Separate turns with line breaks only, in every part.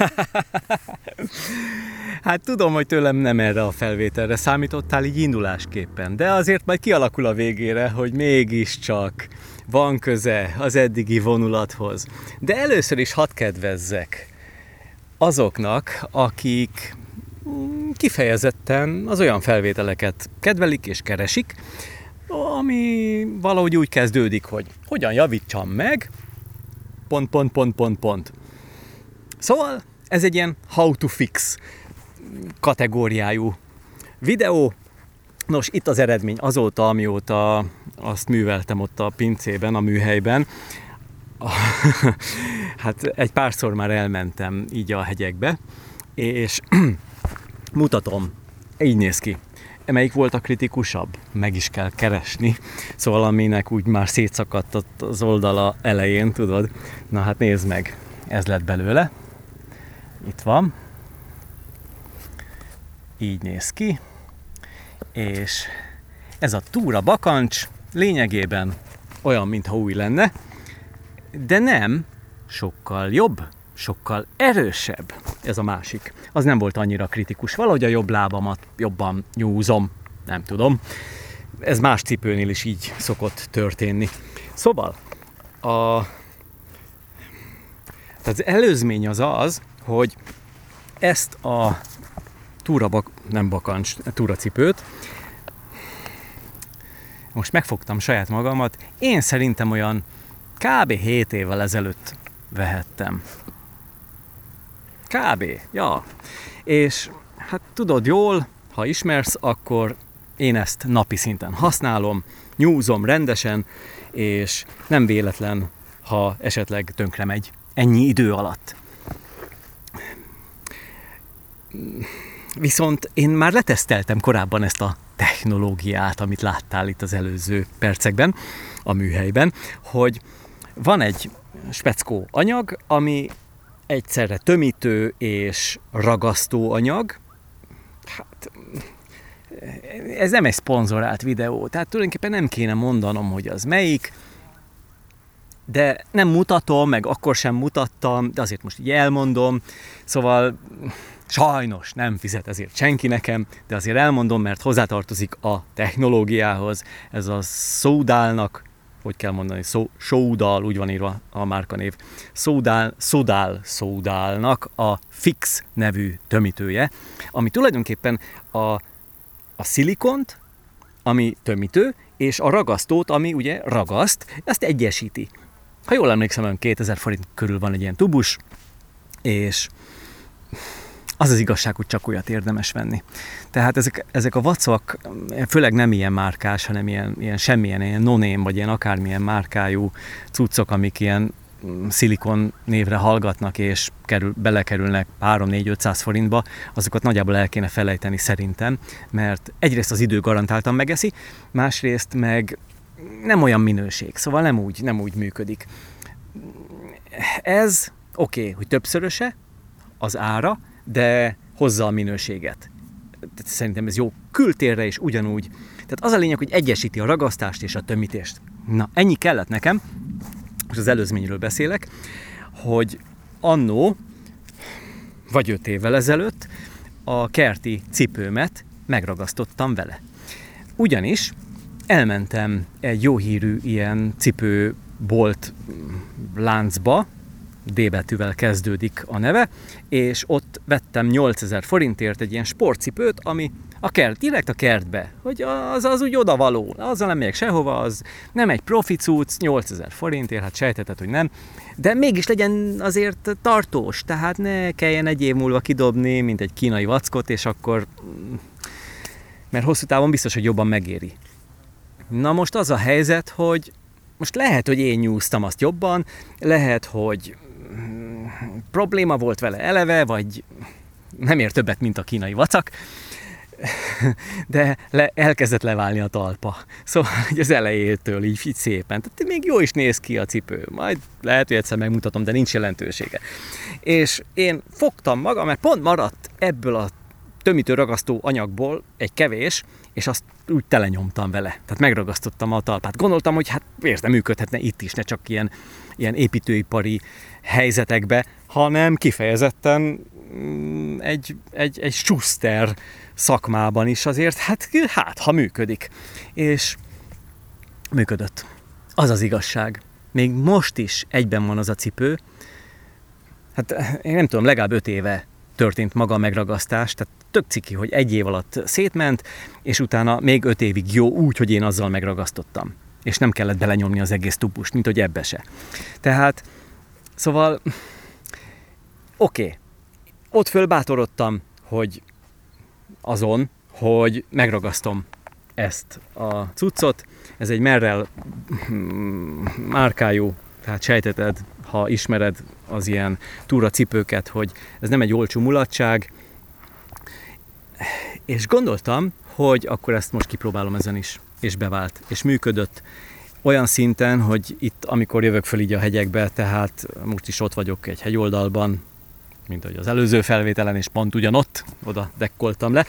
Hát tudom, hogy tőlem nem erre a felvételre számítottál így indulásképpen, de azért majd kialakul a végére, hogy mégiscsak van köze az eddigi vonulathoz. De először is hadd kedvezzek azoknak, akik kifejezetten az olyan felvételeket kedvelik és keresik, ami valahogy úgy kezdődik, hogy hogyan javítsam meg, ... Szóval ez egy ilyen how to fix kategóriájú videó. Nos, itt az eredmény azóta, amióta azt műveltem ott a pincében, a műhelyben. Hát egy párszor már elmentem így a hegyekbe, és mutatom, így néz ki. Melyik volt a kritikusabb? Meg is kell keresni. Szóval aminek úgy már szétszakadt az oldala elején, tudod? Na hát nézd meg, ez lett belőle. Itt van. Így néz ki. És ez a túra bakancs lényegében olyan, mintha új lenne, de nem, sokkal jobb, sokkal erősebb. Ez a másik. Az nem volt annyira kritikus. Valahogy a jobb lábamat jobban nyúzom, nem tudom. Ez más cipőnél is így szokott történni. Szóval, tehát az előzmény az, hogy ezt a túracipőt, most megfogtam saját magamat, én szerintem olyan kb. 7 évvel ezelőtt vehettem. Kb. Ja. És hát tudod jól, ha ismersz, akkor én ezt napi szinten használom, nyúzom rendesen, és nem véletlen, ha esetleg tönkre megy ennyi idő alatt. Viszont én már leteszteltem korábban ezt a technológiát, amit láttál itt az előző percekben, a műhelyben, hogy van egy speckó anyag, ami egyszerre tömítő és ragasztó anyag. Hát, ez nem egy szponzorált videó, tehát tulajdonképpen nem kéne mondanom, hogy az melyik, de nem mutatom, meg akkor sem mutattam, de azért most így elmondom, szóval sajnos nem fizet ezért senki nekem, de azért elmondom, mert hozzátartozik a technológiához. Ez a Soudal-nak, hogy kell mondani, Soudal, úgy van írva a márkanév, Soudal-nak a Fix nevű tömítője, ami tulajdonképpen a szilikont, ami tömítő, és a ragasztót, ami ugye ragaszt, ezt egyesíti. Ha jól emlékszem, olyan 2000 forint körül van egy ilyen tubus, és az az igazság, hogy csak olyat érdemes venni. Tehát ezek a vacak, főleg nem ilyen márkás, hanem ilyen semmilyen, ilyen no-name, vagy ilyen akármilyen márkájú cuccok, amik ilyen szilikon névre hallgatnak, és belekerülnek 3-4-500 forintba, azokat nagyjából el kéne felejteni szerintem, mert egyrészt az idő garantáltan megeszi, másrészt meg nem olyan minőség, szóval nem úgy működik. Ez oké, hogy többszöröse az ára, de hozza a minőséget. Szerintem ez jó kültérre is ugyanúgy. Tehát az a lényeg, hogy egyesíti a ragasztást és a tömítést. Na, ennyi kellett nekem, most az előzményről beszélek, hogy annó, vagy 5 évvel ezelőtt a kerti cipőmet megragasztottam vele. Ugyanis elmentem egy jó hírű ilyen cipőbolt láncba, D betűvel kezdődik a neve, és ott vettem 8000 forintért egy ilyen sportcipőt, ami direkt a kertbe, hogy az úgy odavaló, azzal nem megyek sehova, az nem egy profi cucc, 8000 forintért, hát sejteted, hogy nem, de mégis legyen azért tartós, tehát ne kelljen egy év múlva kidobni, mint egy kínai vackot, és akkor, mert hosszú távon biztos, hogy jobban megéri. Na most az a helyzet, hogy most lehet, hogy én nyúztam azt jobban, lehet, hogy probléma volt vele eleve, vagy nem ér többet, mint a kínai vacak, de elkezdett leválni a talpa. Szóval az elejétől így szépen. Tehát még jó is néz ki a cipő. Majd lehet, hogy egyszer megmutatom, de nincs jelentősége. És én fogtam magam, mert pont maradt ebből a tömítő ragasztó anyagból egy kevés, és azt úgy telenyomtam vele. Tehát megragasztottam a talpát. Gondoltam, hogy hát miért nem működhetne itt is, ne csak ilyen építőipari helyzetekbe, hanem kifejezetten egy Schuster szakmában is azért, hát ha működik. És működött. Az az igazság. Még most is egyben van az a cipő. Hát én nem tudom, legalább 5 éve történt maga a megragasztás, tehát tök ciki, hogy 1 év alatt szétment, és utána még 5 évig jó úgy, hogy én azzal megragasztottam. És nem kellett belenyomni az egész tubust, mint hogy ebbe se. Tehát, szóval, oké. Ott fölbátorodtam, hogy megragasztom ezt a cuccot. Ez egy Merrell márkájú, tehát sejteted, ha ismered az ilyen túracipőket, hogy ez nem egy olcsó mulatság. És gondoltam, hogy akkor ezt most kipróbálom ezen is. És bevált, és működött. Olyan szinten, hogy itt, amikor jövök föl így a hegyekbe, tehát most is ott vagyok egy hegyoldalban, mint ahogy az előző felvételen, és pont ugyanott, oda dekkoltam le,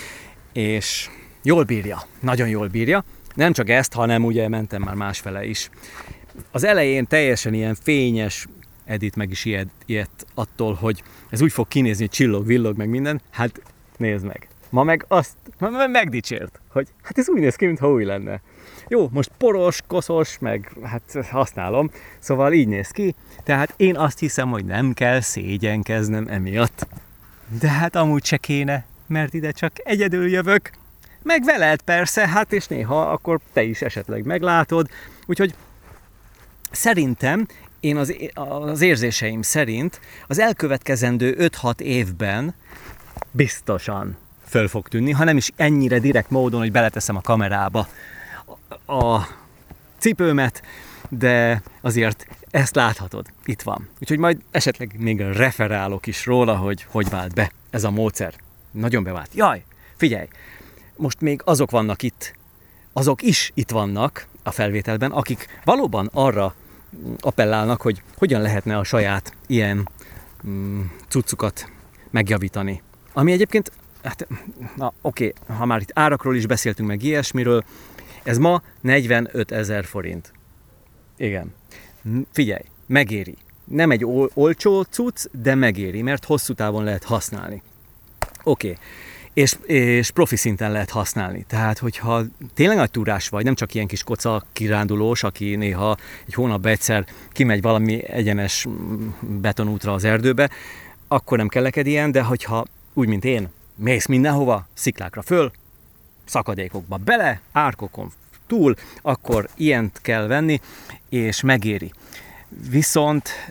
és jól bírja, nagyon jól bírja. Nem csak ezt, hanem ugye mentem már másfele is. Az elején teljesen ilyen fényes, Edith meg is ilyet attól, hogy ez úgy fog kinézni, hogy csillog, villog, meg minden. Hát nézd meg. Ma meg azt megdicsért, hogy hát ez úgy néz ki, mintha új lenne. Jó, most poros, koszos, meg hát használom, szóval így néz ki. Tehát én azt hiszem, hogy nem kell szégyenkeznem emiatt. De hát amúgy se kéne, mert ide csak egyedül jövök. Meg veled persze, hát és néha akkor te is esetleg meglátod. Úgyhogy szerintem, én az érzéseim szerint az elkövetkezendő 5-6 évben biztosan föl fog tűnni, ha nem is ennyire direkt módon, hogy beleteszem a kamerába a cipőmet, de azért ezt láthatod, itt van. Úgyhogy majd esetleg még referálok is róla, hogy vált be ez a módszer. Nagyon bevált. Jaj, figyelj, most még azok vannak itt, azok is itt vannak a felvételben, akik valóban arra appellálnak, hogy hogyan lehetne a saját ilyen cuccukat megjavítani. Ami egyébként, hát, oké, ha már itt árakról is beszéltünk meg ilyesmiről, ez ma 45 000 forint. Igen. Figyelj, megéri. Nem egy olcsó cucc, de megéri, mert hosszú távon lehet használni. Oké. És profi szinten lehet használni. Tehát, hogyha tényleg nagy túrás vagy, nem csak ilyen kis koca kirándulós, aki néha egy hónapban egyszer kimegy valami egyenes betonútra az erdőbe, akkor nem kell neked ilyen, de hogyha úgy, mint én, mész mindenhova, sziklákra föl, szakadékokba bele, árkokon túl, akkor ilyent kell venni, és megéri. Viszont,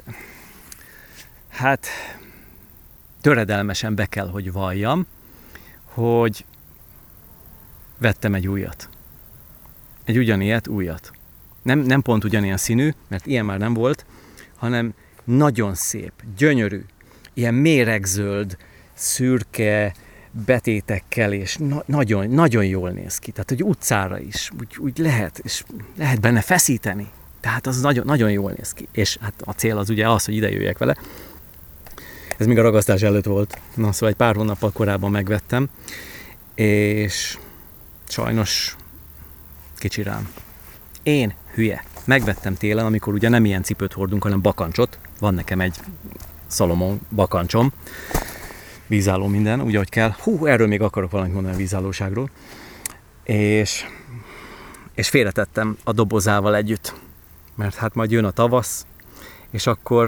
hát töredelmesen be kell, hogy valljam, hogy vettem egy újat. Egy ugyanilyet, újat. Nem pont ugyanilyen színű, mert ilyen már nem volt, hanem nagyon szép, gyönyörű, ilyen méregzöld, szürke betétekkel, és nagyon, nagyon jól néz ki. Tehát, hogy utcára is úgy lehet, és lehet benne feszíteni. Tehát az nagyon, nagyon jól néz ki. És hát a cél az ugye az, hogy ide jöjjek vele. Ez még a ragasztás előtt volt. Na, szóval egy pár hónappal korábban megvettem, és sajnos kicsi rám. Én hülye. Megvettem télen, amikor ugye nem ilyen cipőt hordunk, hanem bakancsot. Van nekem egy Salomon bakancsom. Vízálló minden, úgy, ahogy kell. Erről még akarok valamit mondani a vízállóságról. És félretettem a dobozával együtt. Mert hát majd jön a tavasz, és akkor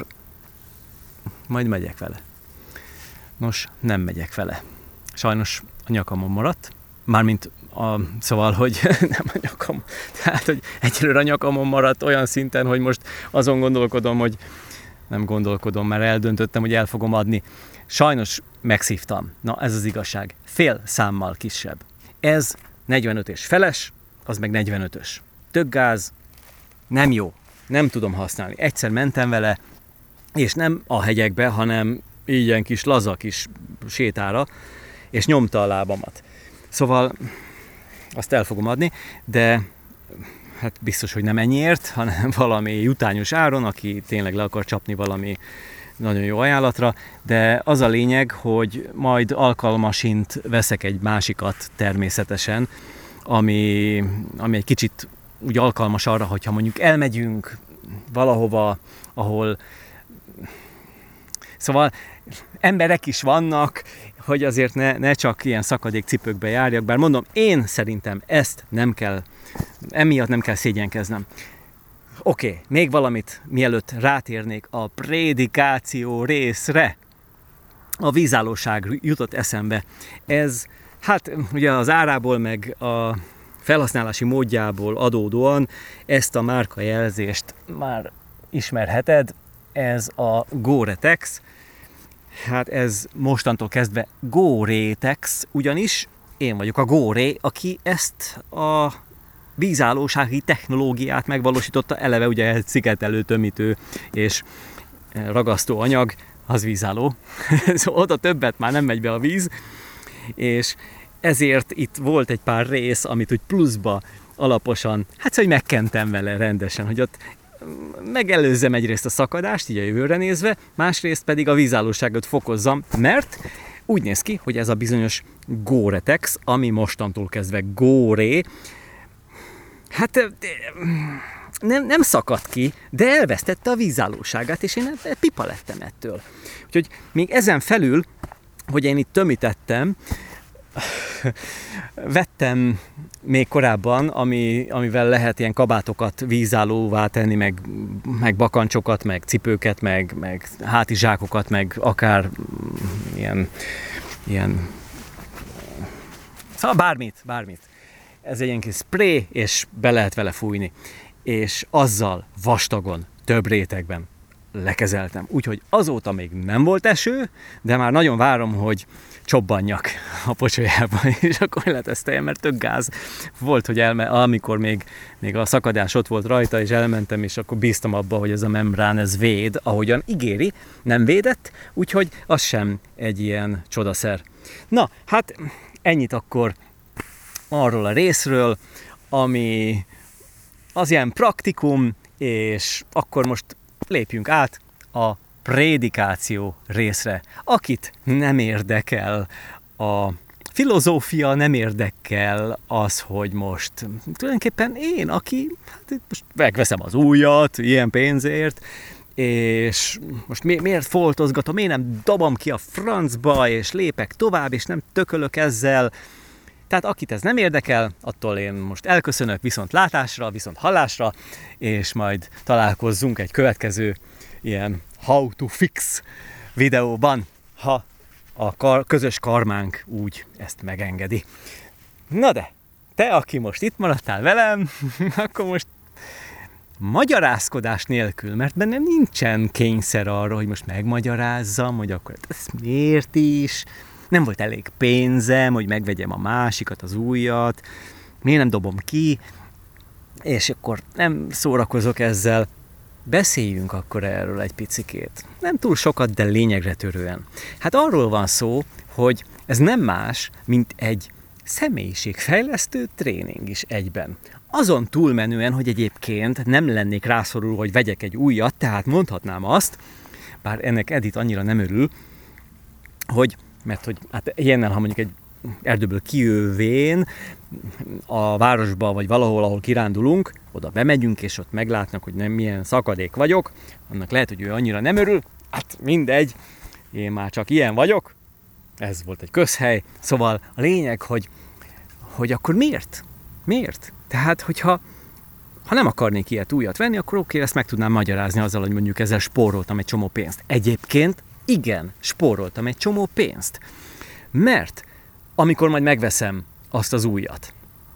majd megyek vele. Nos, nem megyek vele. Sajnos a nyakamon maradt. Mármint szóval, hogy nem a nyakamon. Tehát, hogy egyelőre a nyakamon maradt olyan szinten, hogy most azon gondolkodom, hogy nem gondolkodom, mert eldöntöttem, hogy el fogom adni. Sajnos megszívtam. Na, ez az igazság. Fél számmal kisebb. Ez 45 és feles, az meg 45-ös. Tök gáz, nem jó. Nem tudom használni. Egyszer mentem vele, és nem a hegyekbe, hanem ilyen kis laza kis sétára, és nyomta a lábamat. Szóval azt el fogom adni, de hát biztos, hogy nem ennyiért, hanem valami jutányos áron, aki tényleg le akar csapni valami nagyon jó ajánlatra, de az a lényeg, hogy majd alkalmasint veszek egy másikat természetesen, ami egy kicsit úgy alkalmas arra, hogyha mondjuk elmegyünk valahova, ahol Szóval emberek is vannak, hogy azért ne csak ilyen szakadék cipőkbe járjak, bár mondom, én szerintem ezt nem kell, emiatt nem kell szégyenkeznem. Oké, még valamit, mielőtt rátérnék a prédikáció részre. A vízállóság jutott eszembe. Ez, hát ugye az árából, meg a felhasználási módjából adódóan ezt a márkajelzést már ismerheted, ez a Gore-Tex. Hát ez mostantól kezdve Gore-Tex, ugyanis én vagyok a Gore, aki ezt a vízállósági technológiát megvalósította, eleve ugye egy szigetelő, tömítő és ragasztó anyag, az vízálló. Szóval oda többet már nem megy be a víz, és ezért itt volt egy pár rész, amit úgy pluszba alaposan, hát szóval megkentem vele rendesen, hogy ott megelőzzem egyrészt a szakadást, így a jövőre nézve, másrészt pedig a vízállóságot fokozzam, mert úgy néz ki, hogy ez a bizonyos Gore-Tex, ami mostantól kezdve Gore, hát nem szakadt ki, de elvesztette a vízállóságát, és én pipa lettem ettől. Úgyhogy még ezen felül, hogy én itt tömítettem, vettem még korábban, amivel lehet ilyen kabátokat vízállóvá tenni, meg bakancsokat, meg cipőket, meg hátizsákokat, meg akár ilyen szóval bármit. Ez egy ilyen kis spray, és be lehet vele fújni. És azzal vastagon, több rétegben lekezeltem. Úgyhogy azóta még nem volt eső, de már nagyon várom, hogy csobbanjak a pocsolyába, és akkor leteszteljem, mert tök gáz volt, hogy amikor még a szakadás ott volt rajta, és elmentem, és akkor bíztam abba, hogy ez a membrán, ez véd, ahogyan ígéri, nem védett, úgyhogy az sem egy ilyen csodaszer. Na, hát ennyit akkor arról a részről, ami az ilyen praktikum, és akkor most lépjünk át a prédikáció részre. Akit nem érdekel a filozófia, nem érdekel az, hogy most tulajdonképpen én, aki hát most megveszem az újat, ilyen pénzért, és most miért foltozgatom, miért nem dobom ki a francba, és lépek tovább, és nem tökölök ezzel. Tehát akit ez nem érdekel, attól én most elköszönök, viszont látásra, viszont hallásra, és majd találkozzunk egy következő ilyen how to fix videóban, ha a közös karmánk úgy ezt megengedi. Na de, te, aki most itt maradtál velem, akkor most magyarázkodás nélkül, mert bennem nincsen kényszer arra, hogy most megmagyarázzam, hogy akkor ez miért is, nem volt elég pénzem, hogy megvegyem a másikat, az újat, miért nem dobom ki, és akkor nem szórakozok ezzel. Beszéljünk akkor erről egy picikét. Nem túl sokat, de lényegre törően. Hát arról van szó, hogy ez nem más, mint egy személyiségfejlesztő tréning is egyben. Azon túlmenően, hogy egyébként nem lennék rászorulva, hogy vegyek egy újat, tehát mondhatnám azt, bár ennek Edith annyira nem örül, mert hogy hát ilyennel, ha mondjuk egy erdőből kijövén a városba, vagy valahol, ahol kirándulunk, oda bemegyünk, és ott meglátnak, hogy nem milyen szakadék vagyok, annak lehet, hogy ő annyira nem örül, hát mindegy, én már csak ilyen vagyok, ez volt egy közhely, szóval a lényeg, hogy akkor miért? Miért? Tehát, hogyha nem akarnék ilyet újat venni, akkor oké, ezt meg tudnám magyarázni azzal, hogy mondjuk ezzel spóroltam egy csomó pénzt. Egyébként igen, spóroltam egy csomó pénzt. Mert amikor majd megveszem azt az újat,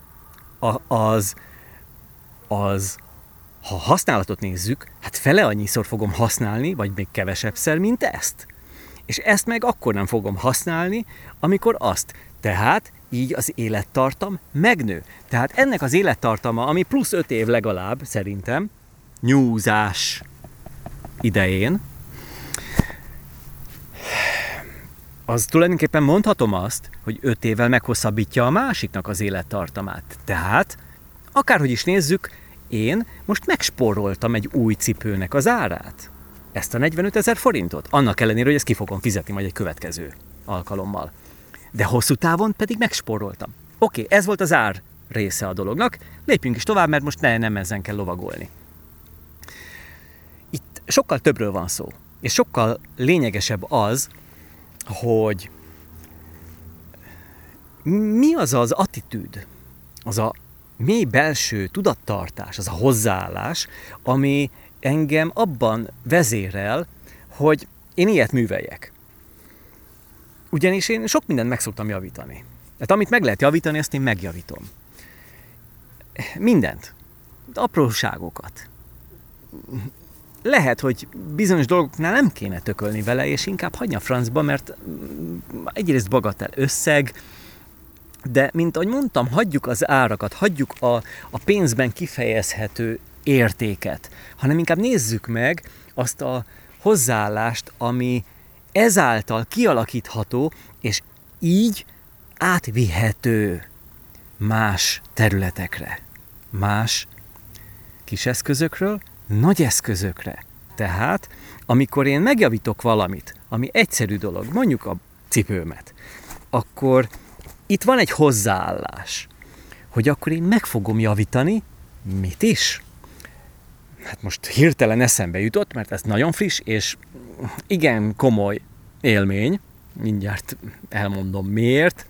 ha használatot nézzük, hát fele annyiszor fogom használni, vagy még kevesebbszer, mint ezt. És ezt meg akkor nem fogom használni, amikor azt. Tehát így az élettartam megnő. Tehát ennek az élettartama, ami plusz 5 év legalább, szerintem, nyúzás idején, az tulajdonképpen mondhatom azt, hogy 5 évvel meghosszabbítja a másiknak az élettartamát. Tehát, akárhogy is nézzük, én most megspóroltam egy új cipőnek az árát. Ezt a 45 000 forintot. Annak ellenére, hogy ezt ki fogom fizetni majd egy következő alkalommal. De hosszú távon pedig megspóroltam. Oké, ez volt az ár része a dolognak. Lépjünk is tovább, mert most nem ezen kell lovagolni. Itt sokkal többről van szó. És sokkal lényegesebb az, hogy mi az az attitűd, az a mély belső tudattartás, az a hozzáállás, ami engem abban vezérel, hogy én ilyet műveljek. Ugyanis én sok mindent meg szoktam javítani. Tehát amit meg lehet javítani, azt én megjavítom. Mindent. Apróságokat. Lehet, hogy bizonyos dolgoknál nem kéne tökölni vele, és inkább hagyni a francba, mert egyrészt bagatel összeg, de mint ahogy mondtam, hagyjuk az árakat, hagyjuk a pénzben kifejezhető értéket, hanem inkább nézzük meg azt a hozzáállást, ami ezáltal kialakítható, és így átvihető más területekre, más kis eszközökről, nagy eszközökre. Tehát, amikor én megjavítok valamit, ami egyszerű dolog, mondjuk a cipőmet, akkor itt van egy hozzáállás, hogy akkor én meg fogom javítani, mit is? Hát most hirtelen eszembe jutott, mert ez nagyon friss, és igen komoly élmény, mindjárt elmondom miért,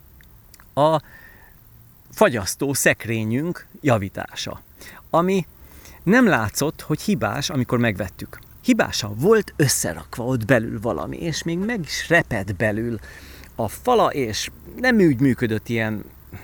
a fagyasztó szekrényünk javítása, ami nem látszott, hogy hibás, amikor megvettük. Hibásan volt összerakva ott belül valami, és még meg is repett belül a fala, és nem úgy működött ilyen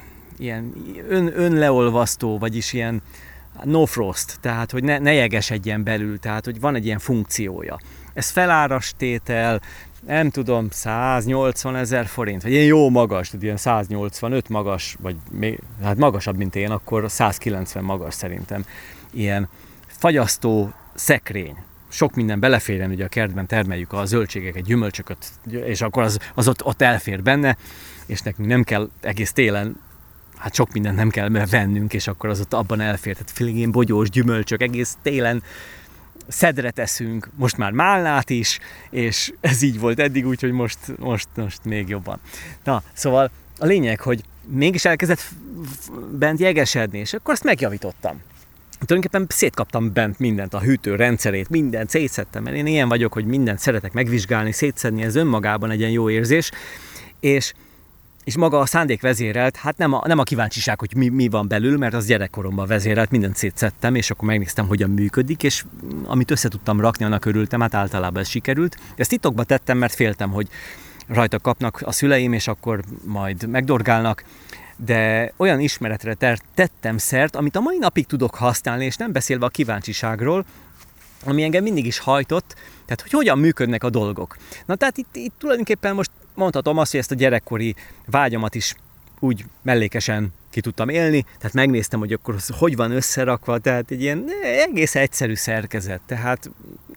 önleolvasztó, vagyis ilyen no frost, tehát hogy ne jegesedjen belül, tehát hogy van egy ilyen funkciója. Ez felárastétel, nem tudom, 180 000 forint, vagy ilyen jó magas, tehát ilyen 185 magas, vagy hát magasabb, mint én, akkor 190 magas szerintem. Ilyen fagyasztó szekrény. Sok minden beleférjen, ugye a kertben termeljük a zöldségeket, gyümölcsöket, és akkor az ott elfér benne, és nekünk nem kell egész télen, hát sok mindent nem kell vennünk, és akkor az ott abban elfér. Tehát filigén, bogyós, gyümölcsök, egész télen szedre teszünk, most már málnát is, és ez így volt eddig, úgyhogy most még jobban. Na, szóval a lényeg, hogy mégis elkezdett bent jegesedni, és akkor azt megjavítottam. Tulajdonképpen szétkaptam bent mindent, a hűtő rendszerét, mindent szétszedtem, mert én ilyen vagyok, hogy mindent szeretek megvizsgálni, szétszedni, ez önmagában egy ilyen jó érzés, és maga a szándék vezérelt, hát nem a kíváncsiság, hogy mi van belül, mert az gyerekkoromban vezérelt, mindent szétszedtem, és akkor megnéztem, hogyan működik, és amit össze tudtam rakni, annak örültem, hát általában ez sikerült. Ezt titokba tettem, mert féltem, hogy rajta kapnak a szüleim, és akkor majd megdorgálnak, de olyan ismeretre tettem szert, amit a mai napig tudok használni, és nem beszélve a kíváncsiságról, ami engem mindig is hajtott, tehát hogy hogyan működnek a dolgok. Na tehát itt tulajdonképpen most mondhatom azt, hogy ezt a gyerekkori vágyamat is úgy mellékesen ki tudtam élni, tehát megnéztem, hogy akkor hogy van összerakva, tehát egy ilyen egész egyszerű szerkezet, tehát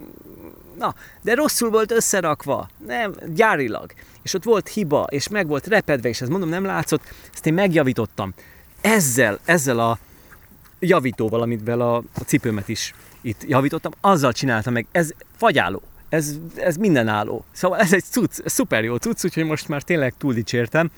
de rosszul volt összerakva, nem, gyárilag, és ott volt hiba, és meg volt repedve, és ezt mondom, nem látszott, ezt én megjavítottam. Ezzel a javítóval, amivel a cipőmet is itt javítottam, azzal csináltam meg, ez fagyáló, ez mindenálló. Szóval ez egy cucc, szuper jó cucc, úgyhogy most már tényleg túl dicsértem,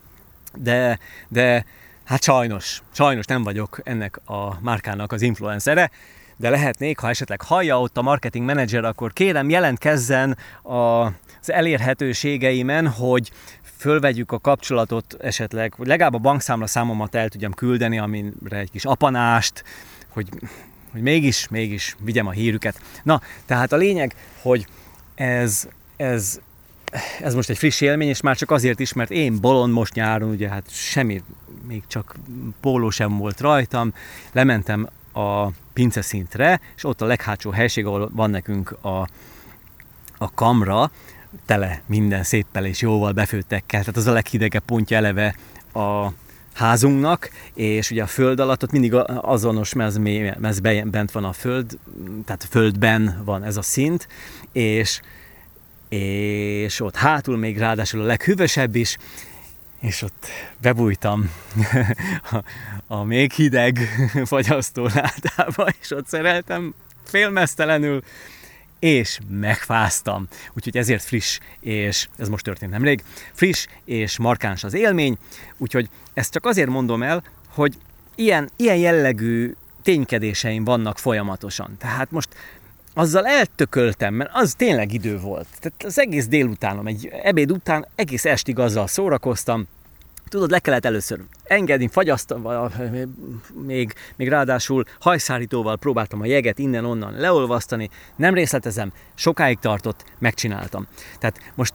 de hát sajnos nem vagyok ennek a márkának az influencere, de lehetnék, ha esetleg hallja ott a marketing menedzser, akkor kérem jelentkezzen az elérhetőségeimen, hogy fölvegyük a kapcsolatot esetleg, hogy legalább a bankszámla számomat el tudjam küldeni, amire egy kis apanást, hogy mégis vigyem a hírüket. Na, tehát a lényeg, hogy ez most egy friss élmény, és már csak azért is, mert én bolond most nyáron, ugye hát semmi, még csak póló sem volt rajtam, lementem a pinceszintre, és ott a leghátsó helység, ahol van nekünk a kamra, tele minden széppel és jóval befőttekkel, tehát az a leghidegebb pontja eleve a házunknak, és ugye a föld alatt ott mindig azonos mez bent van a föld, tehát földben van ez a szint, és ott hátul még ráadásul a leghűvösebb is, és ott bebújtam a még hideg fagyasztóládába, és ott szereltem félmeztelenül, és megfáztam. Úgyhogy ezért friss, és ez most történt nemrég, friss és markáns az élmény, úgyhogy ezt csak azért mondom el, hogy ilyen jellegű ténykedéseim vannak folyamatosan. Tehát most azzal eltököltem, mert az tényleg idő volt. Tehát az egész délutánom, egy ebéd után egész estig azzal szórakoztam. Tudod, le kellett először engedni, fagyasztva, még ráadásul hajszárítóval próbáltam a jeget innen-onnan leolvasztani, nem részletezem, sokáig tartott, megcsináltam. Tehát most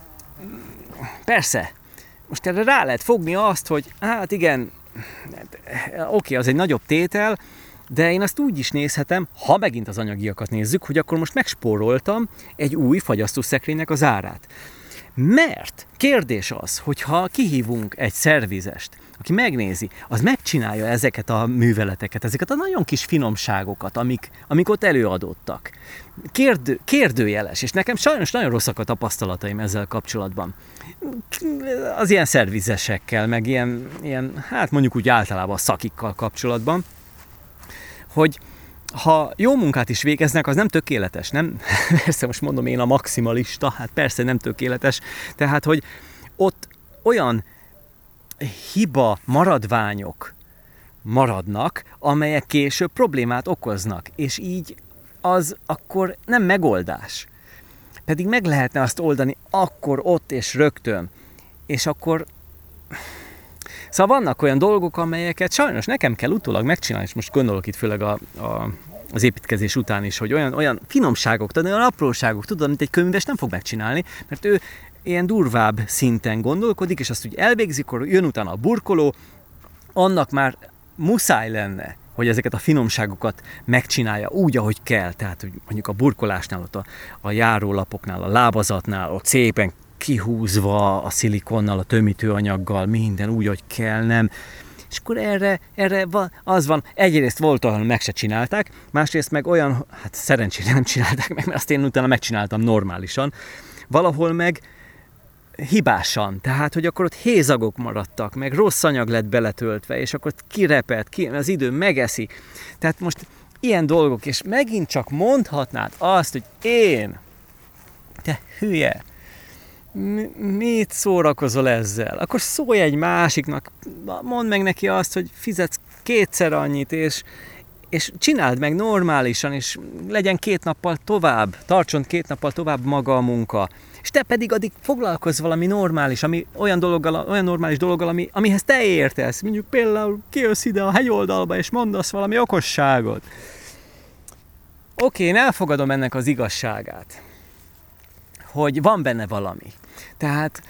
persze, most erre rá lehet fogni azt, hogy hát igen, oké, az egy nagyobb tétel, de én azt úgy is nézhetem, ha megint az anyagiakat nézzük, hogy akkor most megspóroltam egy új fagyasztószekrénynek az árát. Mert kérdés az, hogyha kihívunk egy szervizest, aki megnézi, az megcsinálja ezeket a műveleteket, ezeket a nagyon kis finomságokat, amik ott előadottak. Kérdőjeles, és nekem sajnos nagyon rosszak a tapasztalataim ezzel kapcsolatban. Az ilyen szervizesekkel, meg ilyen hát mondjuk úgy általában a szakikkal kapcsolatban, hogy ha jó munkát is végeznek, az nem tökéletes, nem? Persze most mondom én a maximalista, hát persze nem tökéletes. Tehát, hogy ott olyan hiba maradványok maradnak, amelyek később problémát okoznak, és így az akkor nem megoldás. Pedig meg lehetne azt oldani akkor, ott és rögtön. És akkor... Szóval vannak olyan dolgok, amelyeket sajnos nekem kell utólag megcsinálni, és most gondolok itt főleg az építkezés után is, hogy olyan finomságok, olyan apróságok, tudod, mint egy könyves nem fog megcsinálni, mert ő ilyen durvább szinten gondolkodik, és azt úgy elvégzik, akkor jön utána a burkoló, annak már muszáj lenne, hogy ezeket a finomságokat megcsinálja úgy, ahogy kell. Tehát, hogy mondjuk a burkolásnál, ott a járólapoknál, a lábazatnál, ott szépen kihúzva a szilikonnal, a tömítőanyaggal, minden úgy, hogy kell, nem. És akkor erre az van, egyrészt volt, ahol meg se csinálták, másrészt meg olyan, hát szerencsére nem csinálták meg, mert azt én utána megcsináltam normálisan, valahol meg hibásan, tehát, hogy akkor ott hézagok maradtak, meg rossz anyag lett beletöltve, és akkor kirepett, az idő megeszi. Tehát most ilyen dolgok, és megint csak mondhatnád azt, hogy te hülye, mit szórakozol ezzel? Akkor szólj egy másiknak, mondd meg neki azt, hogy fizetsz kétszer annyit, és csináld meg normálisan, és legyen 2 nappal tovább, tartson 2 nappal tovább maga a munka. És te pedig addig foglalkozz valami normális, olyan normális dologgal, amihez te értesz. Mondjuk például kijössz ide a hegyoldalba, és mondasz valami okosságot. Oké, én elfogadom ennek az igazságát, hogy van benne valami. Tehát,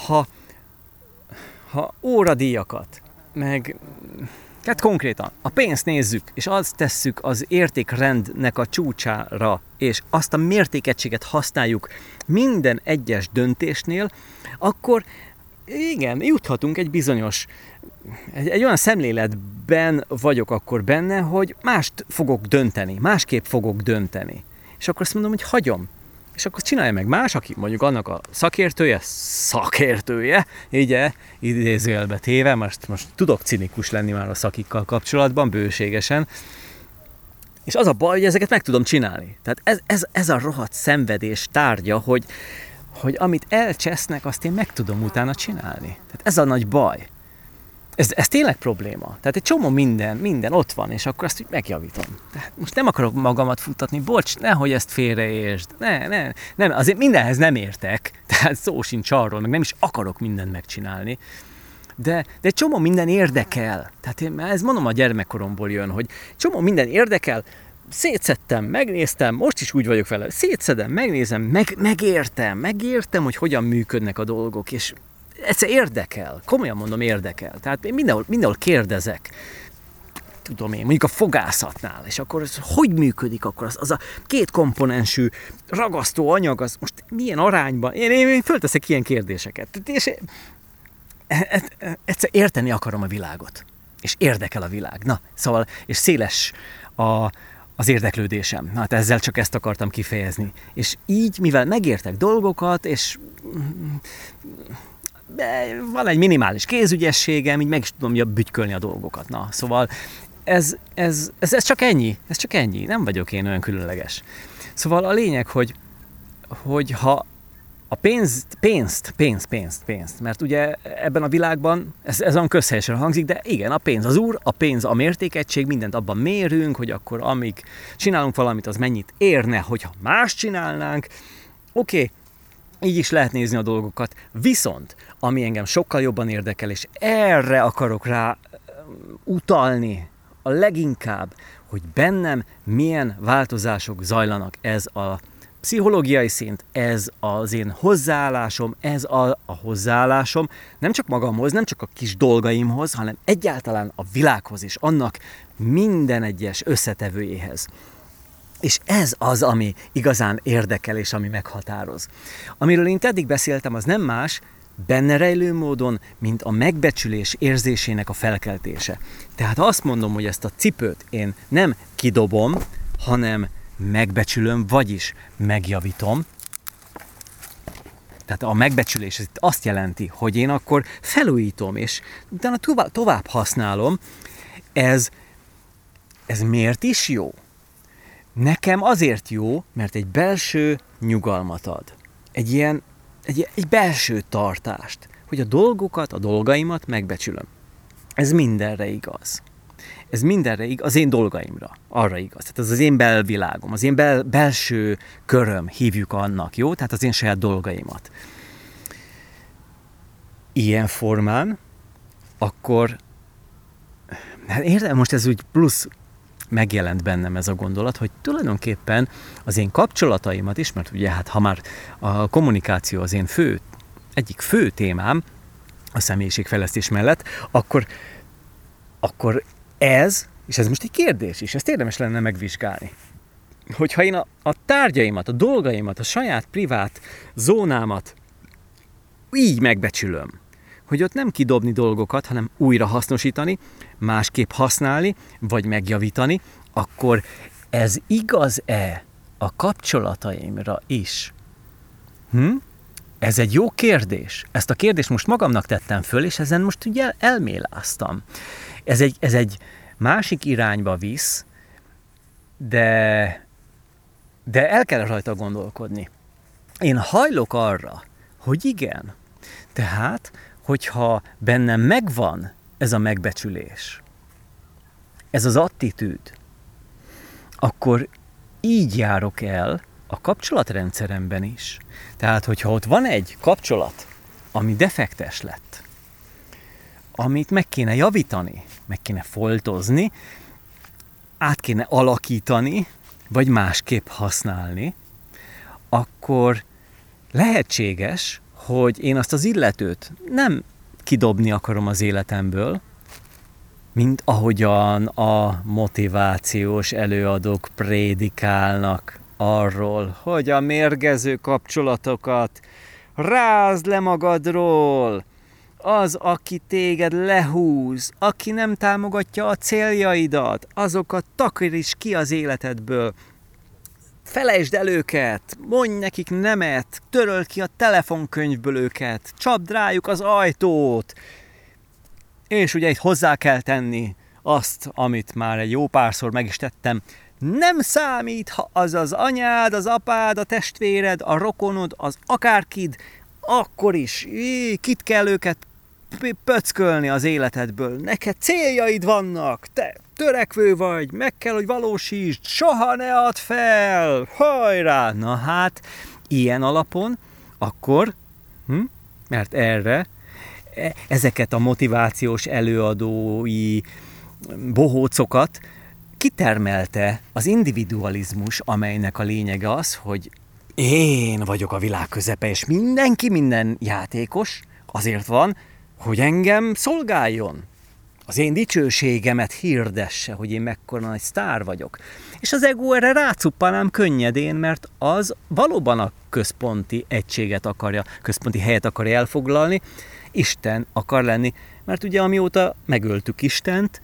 ha óradíjakat, meg hát konkrétan a pénzt nézzük, és azt tesszük az értékrendnek a csúcsára, és azt a mértékegységet használjuk minden egyes döntésnél, akkor igen, juthatunk egy bizonyos, egy olyan szemléletben vagyok akkor benne, hogy másképp fogok dönteni. És akkor azt mondom, hogy hagyom. És akkor csinálja meg más, aki mondjuk annak a szakértője, ugye, idézőjelbe téve, most tudok cinikus lenni már a szakikkal kapcsolatban, bőségesen, és az a baj, hogy ezeket meg tudom csinálni. Tehát ez a rohadt szenvedés tárgya, hogy amit elcsesznek, azt én meg tudom utána csinálni. Tehát ez a nagy baj. Ez tényleg probléma. Tehát egy csomó minden ott van, és akkor azt úgy megjavítom. Tehát most nem akarok magamat futtatni, bocs, nehogy ezt félreértsd. Nem, azért mindenhez nem értek, tehát szó sincs arról, meg nem is akarok mindent megcsinálni. De egy csomó minden érdekel. Tehát ez mondom a gyermekkoromból jön, hogy csomó minden érdekel, szétszedtem, megnéztem, most is úgy vagyok vele, szétszedem, megnézem, megértem, hogy hogyan működnek a dolgok, és egyszer érdekel, komolyan mondom érdekel. Tehát én mindenhol kérdezek, tudom én, mondjuk a fogászatnál, és akkor ez hogy működik akkor az a 2 komponensű ragasztó anyag, az most milyen arányban? Én fölteszek ilyen kérdéseket. És egyszer érteni akarom a világot, és érdekel a világ. Na, szóval, és széles az érdeklődésem. Na, hát ezzel csak ezt akartam kifejezni. És így, mivel megértek dolgokat, és van egy minimális kézügyességem, így meg is tudom bütykölni a dolgokat. Na, szóval ez csak ennyi. Ez csak ennyi. Nem vagyok én olyan különleges. Szóval a lényeg, hogy ha a pénzt, mert ugye ebben a világban, ez olyan közhelyesen hangzik, de igen, a pénz az úr, a pénz a mértékegység, mindent abban mérünk, hogy akkor amíg csinálunk valamit, az mennyit érne, hogyha más csinálnánk. Oké, így is lehet nézni a dolgokat, viszont ami engem sokkal jobban érdekel, és erre akarok rá utalni a leginkább, hogy bennem milyen változások zajlanak, ez a pszichológiai szint, ez az én hozzáállásom, ez a hozzáállásom nem csak magamhoz, nem csak a kis dolgaimhoz, hanem egyáltalán a világhoz is, annak minden egyes összetevőjéhez. És ez az, ami igazán érdekel és ami meghatároz. Amiről én eddig beszéltem, az nem más, benne rejlő módon, mint a megbecsülés érzésének a felkeltése. Tehát ha azt mondom, hogy ezt a cipőt én nem kidobom, hanem megbecsülöm, vagyis megjavítom. Tehát a megbecsülés ez azt jelenti, hogy én akkor felújítom, és utána tovább használom. Ez miért is jó? Nekem azért jó, mert egy belső nyugalmat ad. Egy belső tartást, hogy a dolgaimat megbecsülöm. Ez mindenre igaz. Ez mindenre igaz, az én dolgaimra, arra igaz. Tehát ez az én belvilágom, az én belső köröm, hívjuk annak, jó? Tehát az én saját dolgaimat. Ilyen formán, akkor, hát értem, most ez úgy plusz megjelent bennem ez a gondolat, hogy tulajdonképpen az én kapcsolataimat is, mert ugye hát ha már a kommunikáció az én egyik fő témám a személyiségfejlesztés mellett, akkor ez, és ez most egy kérdés is, ezt érdemes lenne megvizsgálni. Hogyha én a tárgyaimat, a dolgaimat, a saját privát zónámat így megbecsülöm, hogy ott nem kidobni dolgokat, hanem újra hasznosítani, másképp használni, vagy megjavítani, akkor ez igaz-e a kapcsolataimra is? Ez egy jó kérdés. Ezt a kérdést most magamnak tettem föl, és ezen most ugye elméláztam. Ez egy másik irányba visz, de el kell rajta gondolkodni. Én hajlok arra, hogy igen. Tehát, hogyha bennem megvan ez a megbecsülés, ez az attitűd, akkor így járok el a kapcsolatrendszeremben is. Tehát, hogyha ott van egy kapcsolat, ami defektes lett, amit meg kéne javítani, meg kéne foltozni, át kéne alakítani, vagy másképp használni, akkor lehetséges, hogy én azt az illetőt nem kidobni akarom az életemből, mint ahogyan a motivációs előadók prédikálnak arról, hogy a mérgező kapcsolatokat rázd le magadról, az, aki téged lehúz, aki nem támogatja a céljaidat, azokat takaríts ki az életedből, felejtsd el őket, mondj nekik nemet, töröld ki a telefonkönyvből őket, csapd rájuk az ajtót, és ugye itt hozzá kell tenni azt, amit már egy jó párszor meg is tettem, nem számít, ha az az anyád, az apád, a testvéred, a rokonod, az akárkid, akkor is kit kell őket pöckölni az életedből. Neked céljaid vannak, te törekvő vagy, meg kell, hogy valósítsd, soha ne add fel, hajrá! Na hát, ilyen alapon, akkor, mert erre, ezeket a motivációs előadói bohócokat kitermelte az individualizmus, amelynek a lényege az, hogy én vagyok a világ közepe, és minden játékos azért van, hogy engem szolgáljon. Az én dicsőségemet hirdesse, hogy én mekkora nagy sztár vagyok. És az ego erre rácuppanám könnyedén, mert az valóban a központi egységet akarja, központi helyet akarja elfoglalni, Isten akar lenni, mert ugye amióta megöltük Istent,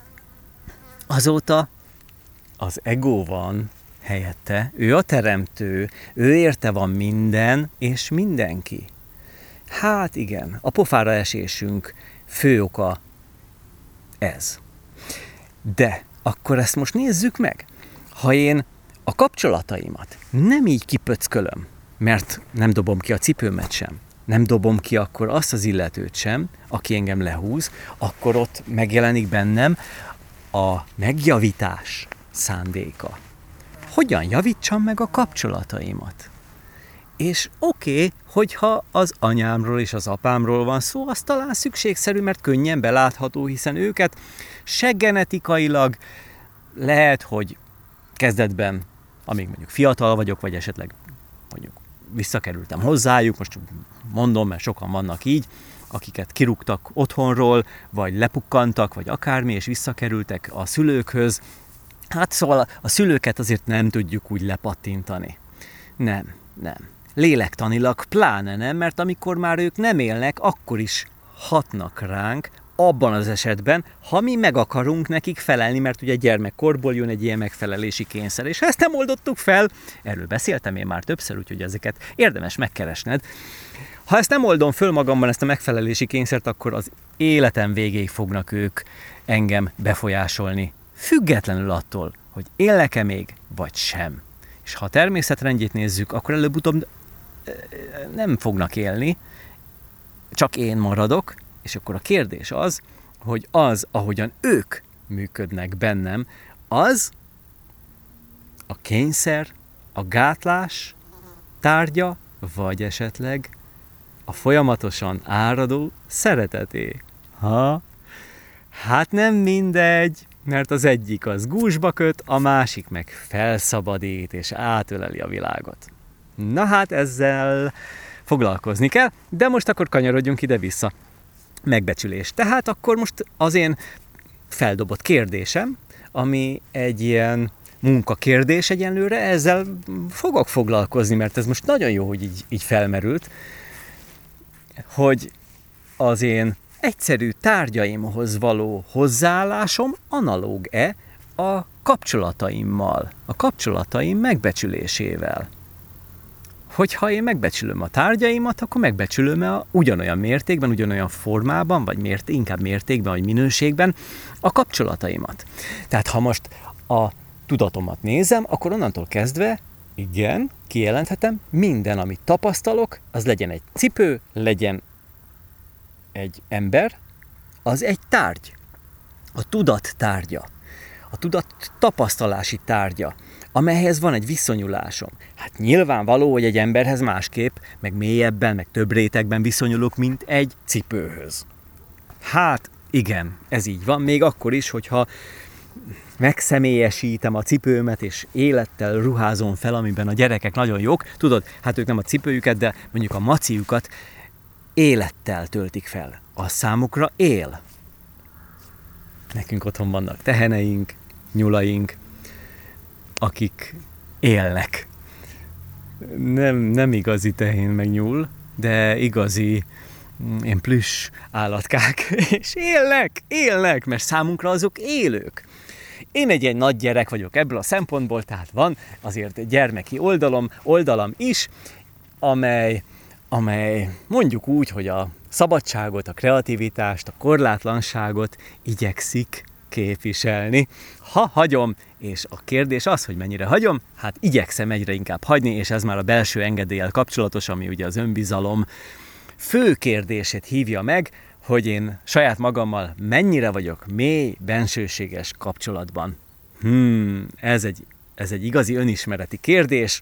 azóta az ego van helyette, ő a teremtő, ő érte van minden és mindenki. Hát igen, a pofára esésünk fő oka ez. De akkor ezt most nézzük meg. Ha én a kapcsolataimat nem így kipöckölöm, mert nem dobom ki a cipőmet sem, nem dobom ki akkor azt az illetőt sem, aki engem lehúz, akkor ott megjelenik bennem a megjavítás szándéka. Hogyan javítsam meg a kapcsolataimat? És oké, hogyha az anyámról és az apámról van szó, az talán szükségszerű, mert könnyen belátható, hiszen őket se genetikailag lehet, hogy kezdetben, amíg mondjuk fiatal vagyok, vagy esetleg mondjuk visszakerültem hozzájuk, most mondom, mert sokan vannak így, akiket kirúgtak otthonról, vagy lepukkantak, vagy akármi, és visszakerültek a szülőkhöz. Hát szóval a szülőket azért nem tudjuk úgy lepattintani. Nem. Lélektanilag pláne nem, mert amikor már ők nem élnek, akkor is hatnak ránk, abban az esetben, ha mi meg akarunk nekik felelni, mert ugye gyermekkorból jön egy ilyen megfelelési kényszer, és ha ezt nem oldottuk fel, erről beszéltem én már többször, úgyhogy ezeket érdemes megkeresned. Ha ezt nem oldom föl magamban, ezt a megfelelési kényszert, akkor az életem végéig fognak ők engem befolyásolni, függetlenül attól, hogy élnek-e még, vagy sem. És ha a természetrendjét nézzük, akkor előbb-utóbb nem fognak élni, csak én maradok, és akkor a kérdés az, hogy az, ahogyan ők működnek bennem, az a kényszer, a gátlás tárgya, vagy esetleg a folyamatosan áradó szereteté. Hát nem mindegy, mert az egyik az gúzsba köt, a másik meg felszabadít és átöleli a világot. Na hát ezzel foglalkozni kell, de most akkor kanyarodjunk ide-vissza. Megbecsülés. Tehát akkor most az én feldobott kérdésem, ami egy ilyen munkakérdés egyenlőre, ezzel fogok foglalkozni, mert ez most nagyon jó, hogy így felmerült, hogy az én egyszerű tárgyaimhoz való hozzáállásom analóg-e a kapcsolataimmal, a kapcsolataim megbecsülésével. Hogyha én megbecsülöm a tárgyaimat, akkor megbecsülöm ugyanolyan mértékben, ugyanolyan formában, vagy inkább mértékben, vagy minőségben a kapcsolataimat. Tehát ha most a tudatomat nézem, akkor onnantól kezdve, igen, kijelenthetem, minden, amit tapasztalok, az legyen egy cipő, legyen egy ember, az egy tárgy. A tudat tárgya. A tudat tapasztalási tárgya, amelyhez van egy viszonyulásom. Hát nyilvánvaló, hogy egy emberhez másképp, meg mélyebben, meg több rétegben viszonyulok, mint egy cipőhöz. Hát igen, ez így van, még akkor is, hogyha megszemélyesítem a cipőmet, és élettel ruházom fel, amiben a gyerekek nagyon jók. Tudod, hát ők nem a cipőjüket, de mondjuk a maciukat élettel töltik fel. Az számukra él. Nekünk otthon vannak teheneink, nyulaink, akik élnek. Nem igazi tehén meg nyúl, de igazi ilyen plüss állatkák, és élnek, mert számunkra azok élők. Én egy ilyen nagy gyerek vagyok ebből a szempontból, tehát van azért gyermeki oldalam is, amely mondjuk úgy, hogy a szabadságot, a kreativitást, a korlátlanságot igyekszik képviselni. Ha hagyom, és a kérdés az, hogy mennyire hagyom, hát igyekszem egyre inkább hagyni, és ez már a belső engedéllyel kapcsolatos, ami ugye az önbizalom fő kérdését hívja meg, hogy én saját magammal mennyire vagyok mély, bensőséges kapcsolatban. Ez egy igazi önismereti kérdés,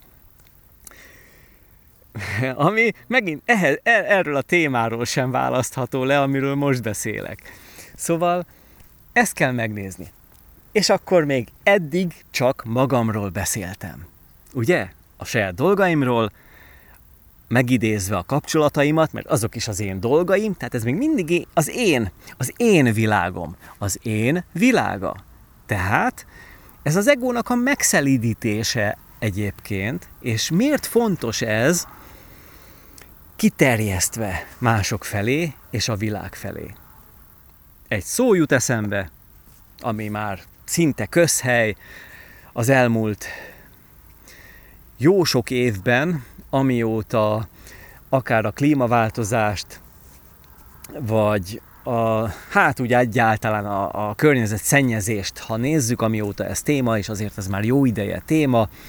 ami megint erről a témáról sem választható le, amiről most beszélek. Szóval ezt kell megnézni. És akkor még eddig csak magamról beszéltem. Ugye? A saját dolgaimról, megidézve a kapcsolataimat, mert azok is az én dolgaim, tehát ez még mindig az én világom, az én világa. Tehát ez az egónak a megszelídítése egyébként, és miért fontos ez kiterjesztve mások felé és a világ felé. Egy szó jut eszembe, ami már szinte közhely az elmúlt jó sok évben, amióta akár a klímaváltozást, vagy úgy egyáltalán a környezetszennyezést, ha nézzük, amióta ez téma, és azért ez már jó ideje téma,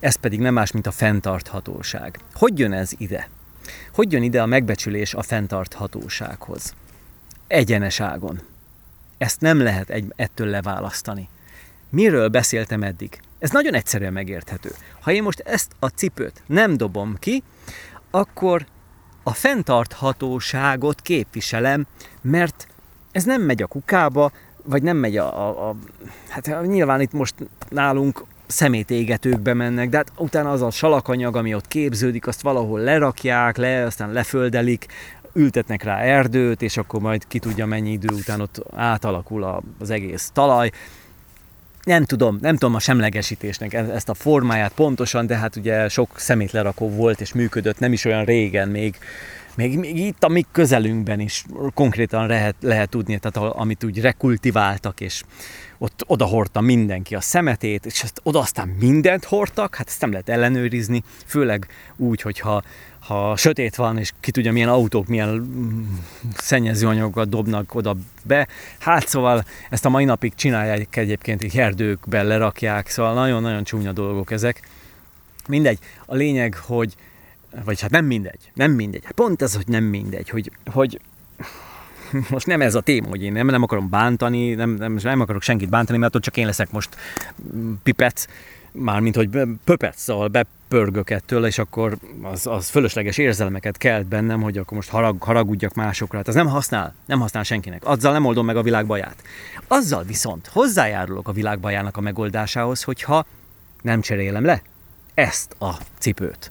ez pedig nem más, mint a fenntarthatóság. Hogy jön ez ide? Hogy jön ide a megbecsülés a fenntarthatósághoz? Egyenes ágon. Ezt nem lehet ettől leválasztani. Miről beszéltem eddig? Ez nagyon egyszerűen megérthető. Ha én most ezt a cipőt nem dobom ki, akkor a fenntarthatóságot képviselem, mert ez nem megy a kukába, vagy nem megy hát nyilván itt most nálunk szemétégetőkbe mennek, de hát utána az a salakanyag, ami ott képződik, azt valahol lerakják, aztán leföldelik, ültetnek rá erdőt, és akkor majd ki tudja mennyi idő után ott átalakul az egész talaj. Nem tudom a semlegesítésnek ezt a formáját pontosan, de hát ugye sok szemétlerakó volt és működött nem is olyan régen, még itt a mi közelünkben is konkrétan lehet tudni, tehát amit úgy rekultiváltak, és ott oda hordta mindenki a szemetét, és oda aztán mindent hordtak, hát ezt nem lehet ellenőrizni, főleg úgy, hogyha sötét van, és ki tudja, milyen autók, milyen szennyezőanyagokat dobnak oda be. Hát szóval ezt a mai napig csinálják egyébként, így erdőkben lerakják, szóval nagyon-nagyon csúnya dolgok ezek. Mindegy, a lényeg, vagy hát nem mindegy. Pont ez, hogy nem mindegy, hogy most nem ez a téma, hogy én nem akarom bántani, nem akarok senkit bántani, mert ott csak én leszek most pipec, mármint, hogy pöpec, szóval bepörgök ettől, és akkor az fölösleges érzelmeket kelt bennem, hogy akkor most haragudjak másokra. Hát az nem használ senkinek. Azzal nem oldom meg a világ baját. Azzal viszont hozzájárulok a világ bajának a megoldásához, hogyha nem cserélem le ezt a cipőt.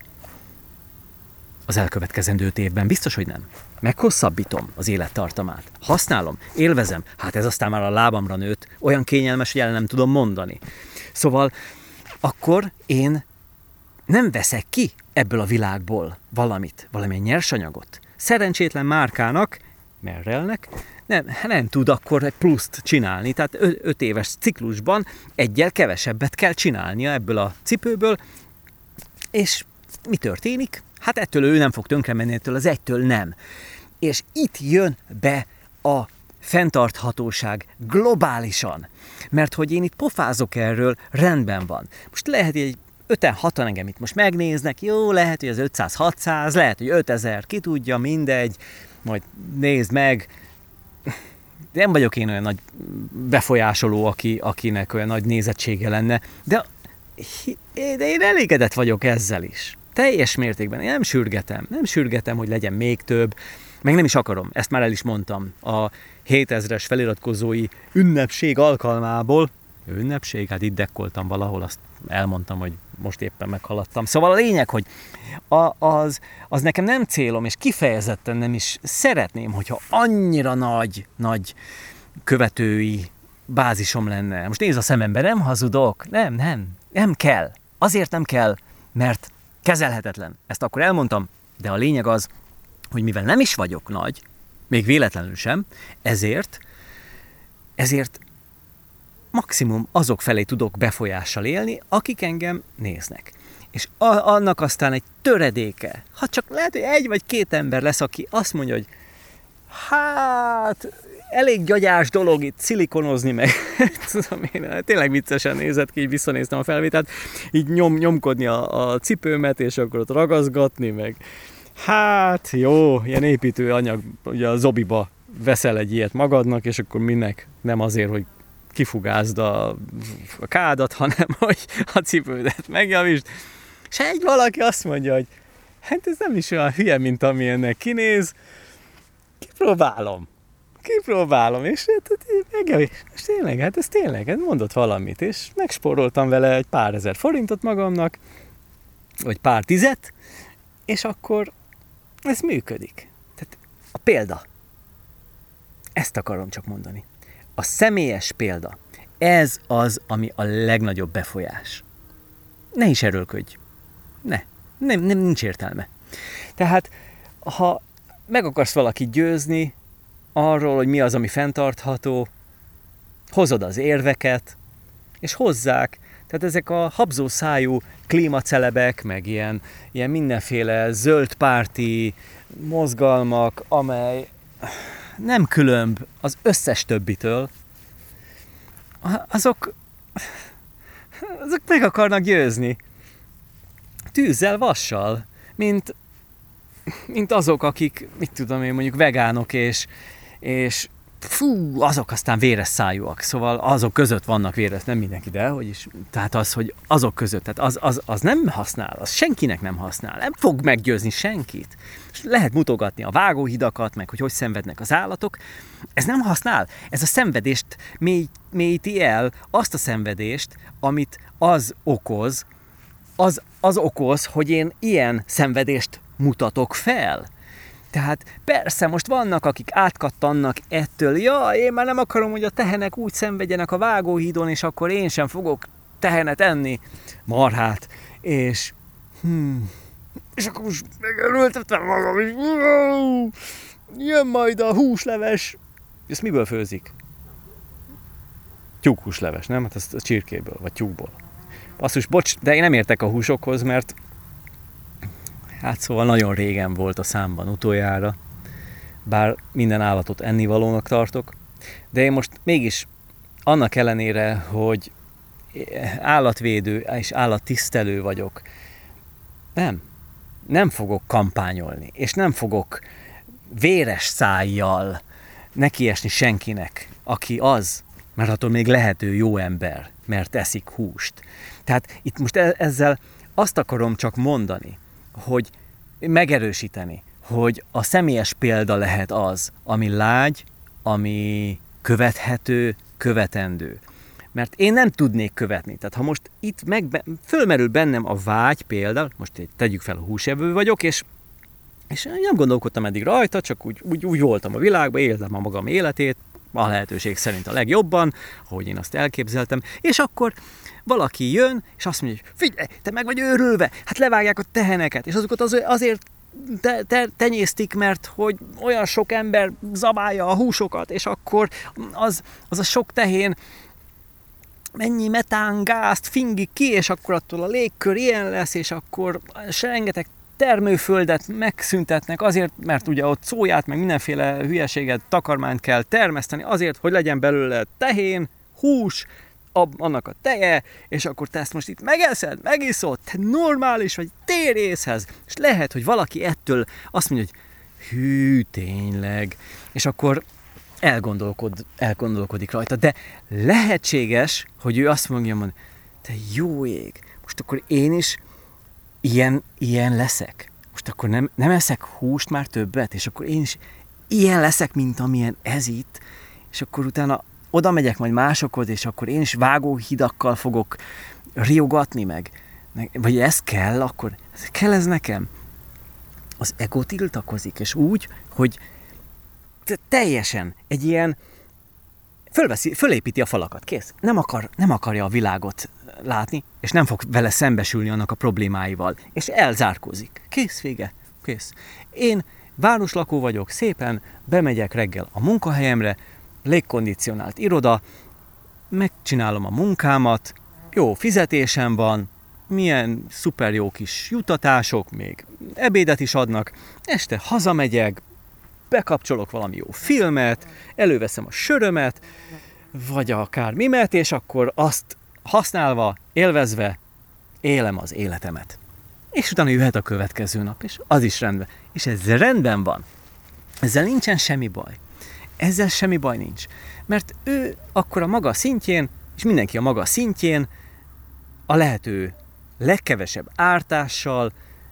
Az elkövetkezendő 5 évben biztos, hogy nem. Meghosszabbítom az élettartamát. Használom, élvezem. Hát ez aztán már a lábamra nőtt. Olyan kényelmes, hogy el nem tudom mondani. Szóval akkor én nem veszek ki ebből a világból valamilyen nyersanyagot. Szerencsétlen márkának, Merrellnek, nem tud akkor egy pluszt csinálni. Tehát 5 éves ciklusban egyel kevesebbet kell csinálnia ebből a cipőből. És mi történik? Hát ettől ő nem fog tönkre menni, ettől az egytől nem. És itt jön be a fenntarthatóság globálisan. Mert hogy én itt pofázok erről, rendben van. Most lehet, hogy egy 5-6-an engem itt most megnéznek, jó, lehet, hogy az 500-600, lehet, hogy 5000, ki tudja, mindegy, majd nézd meg. Nem vagyok én olyan nagy befolyásoló, akinek olyan nagy nézettsége lenne, de én elégedett vagyok ezzel is. Teljes mértékben. Én nem sürgetem, hogy legyen még több, meg nem is akarom, ezt már el is mondtam. A 7000-es feliratkozói ünnepség alkalmából, hát itt dekkoltam valahol, azt elmondtam, hogy most éppen meghaladtam. Szóval a lényeg, hogy az nekem nem célom, és kifejezetten nem is szeretném, hogyha annyira nagy követői bázisom lenne. Most nézd a szemembe, nem hazudok, nem kell. Azért nem kell, mert kezelhetetlen. Ezt akkor elmondtam, de a lényeg az, hogy mivel nem is vagyok nagy, még véletlenül sem, ezért maximum azok felé tudok befolyással élni, akik engem néznek. És annak aztán egy töredéke, ha csak lehet, hogy 1 vagy 2 ember lesz, aki azt mondja, hogy hát elég gyagyás dolog itt szilikonozni, meg tudom én, tényleg viccesen nézett ki, így visszanéztem a felvételt, így nyomkodni a cipőmet, és akkor ott ragaszgatni, meg hát jó, ilyen építőanyag, ugye a Zobiba veszel egy ilyet magadnak, és akkor minek? Nem azért, hogy kifugázd a kádat, hanem hogy a cipődet megjavítsd. És egy valaki azt mondja, hogy hát ez nem is olyan hülye, mint amilyennek kinéz, kipróbálom, és tényleg, hát ez tényleg, mondott valamit, és megspóroltam vele egy pár ezer forintot magamnak, vagy pár tizet, és akkor ez működik. Tehát a példa. Ezt akarom csak mondani. A személyes példa. Ez az, ami a legnagyobb befolyás. Ne is erőlködj. Nem, nincs értelme. Tehát, ha meg akarsz valakit győzni arról, hogy mi az, ami fenntartható, hozod az érveket, és hozzák. Tehát ezek a habzószájú klímacelebek, meg ilyen mindenféle zöldpárti mozgalmak, amely nem különb az összes többitől, azok meg akarnak győzni. tűzzel, vassal, mint azok, akik, mit tudom én, mondjuk vegánok, és fú, azok aztán véres szájúak. Szóval azok között vannak véres, nem mindenki, de hogy is. Tehát az, hogy azok között, tehát az nem használ, az senkinek nem használ, nem fog meggyőzni senkit. És lehet mutogatni a vágóhidakat, meg hogy szenvednek az állatok. Ez nem használ. Ez a szenvedést mélyíti el, azt a szenvedést, amit az okoz, az okoz, hogy én ilyen szenvedést mutatok fel. Tehát persze most vannak, akik átkattannak ettől, én már nem akarom, hogy a tehenek úgy szenvedjenek a vágóhídon, és akkor én sem fogok tehenet enni, marhát, és akkor most megerőltetem magam, és jön majd a húsleves. Ezt miből főzik? Tyúkhúsleves, nem? Hát ez csirkéből, vagy tyúkból. Basszus, bocs, de én nem értek a húsokhoz, mert hát szóval nagyon régen volt a számban utoljára, bár minden állatot ennivalónak tartok, de én most mégis annak ellenére, hogy állatvédő és állattisztelő vagyok, nem fogok kampányolni, és nem fogok véres szájjal nekiesni senkinek, aki az, mert attól még lehető jó ember, mert eszik húst. Tehát itt most ezzel azt akarom csak mondani, hogy megerősíteni, hogy a személyes példa lehet az, ami lágy, ami követhető, követendő. Mert én nem tudnék követni. Tehát ha most itt fölmerül bennem a vágy példa, most tegyük fel, a húsevő vagyok, és nem gondolkodtam eddig rajta, csak úgy voltam a világban, éltem a magam életét, a lehetőség szerint a legjobban, ahogy én azt elképzeltem, és akkor valaki jön, és azt mondja, hogy figyelj, te meg vagy őrülve, hát levágják a teheneket, és azokat azért tenyésztik, mert hogy olyan sok ember zabálja a húsokat, és akkor az a sok tehén mennyi metángázt fingik ki, és akkor attól a légkör ilyen lesz, és akkor rengeteg termőföldet megszüntetnek azért, mert ugye ott szóját, meg mindenféle hülyeséget, takarmányt kell termeszteni azért, hogy legyen belőle tehén, hús, annak a teje, és akkor te ezt most itt megeszed, megiszod, te normális vagy, térészhez. És lehet, hogy valaki ettől azt mondja, hogy hű, tényleg, és akkor elgondolkodik rajta, de lehetséges, hogy ő azt mondja, te jó ég, most akkor én is ilyen leszek. Most akkor nem eszek húst már többet, és akkor én is ilyen leszek, mint amilyen ez itt, és akkor utána oda megyek majd másokhoz, és akkor én is vágóhidakkal fogok riogatni meg. Vagy ez kell, akkor kell ez nekem? Az ego tiltakozik, és úgy, hogy teljesen egy ilyen fölépíti a falakat, kész. Nem akarja a világot látni, és nem fog vele szembesülni annak a problémáival, és elzárkózik. Kész, vége, kész. Én városlakó vagyok, szépen bemegyek reggel a munkahelyemre, légkondicionált iroda, megcsinálom a munkámat, jó fizetésem van, milyen szuper jó kis juttatások, még ebédet is adnak, este hazamegyek, bekapcsolok valami jó filmet, előveszem a sörömet, vagy akár mimet, és akkor azt használva, élvezve élem az életemet. És utána jöhet a következő nap, és az is rendben. És ez rendben van. Ezzel nincsen semmi baj. Ezzel semmi baj nincs. Mert ő akkor a maga szintjén, és mindenki a maga szintjén a lehető legkevesebb ártással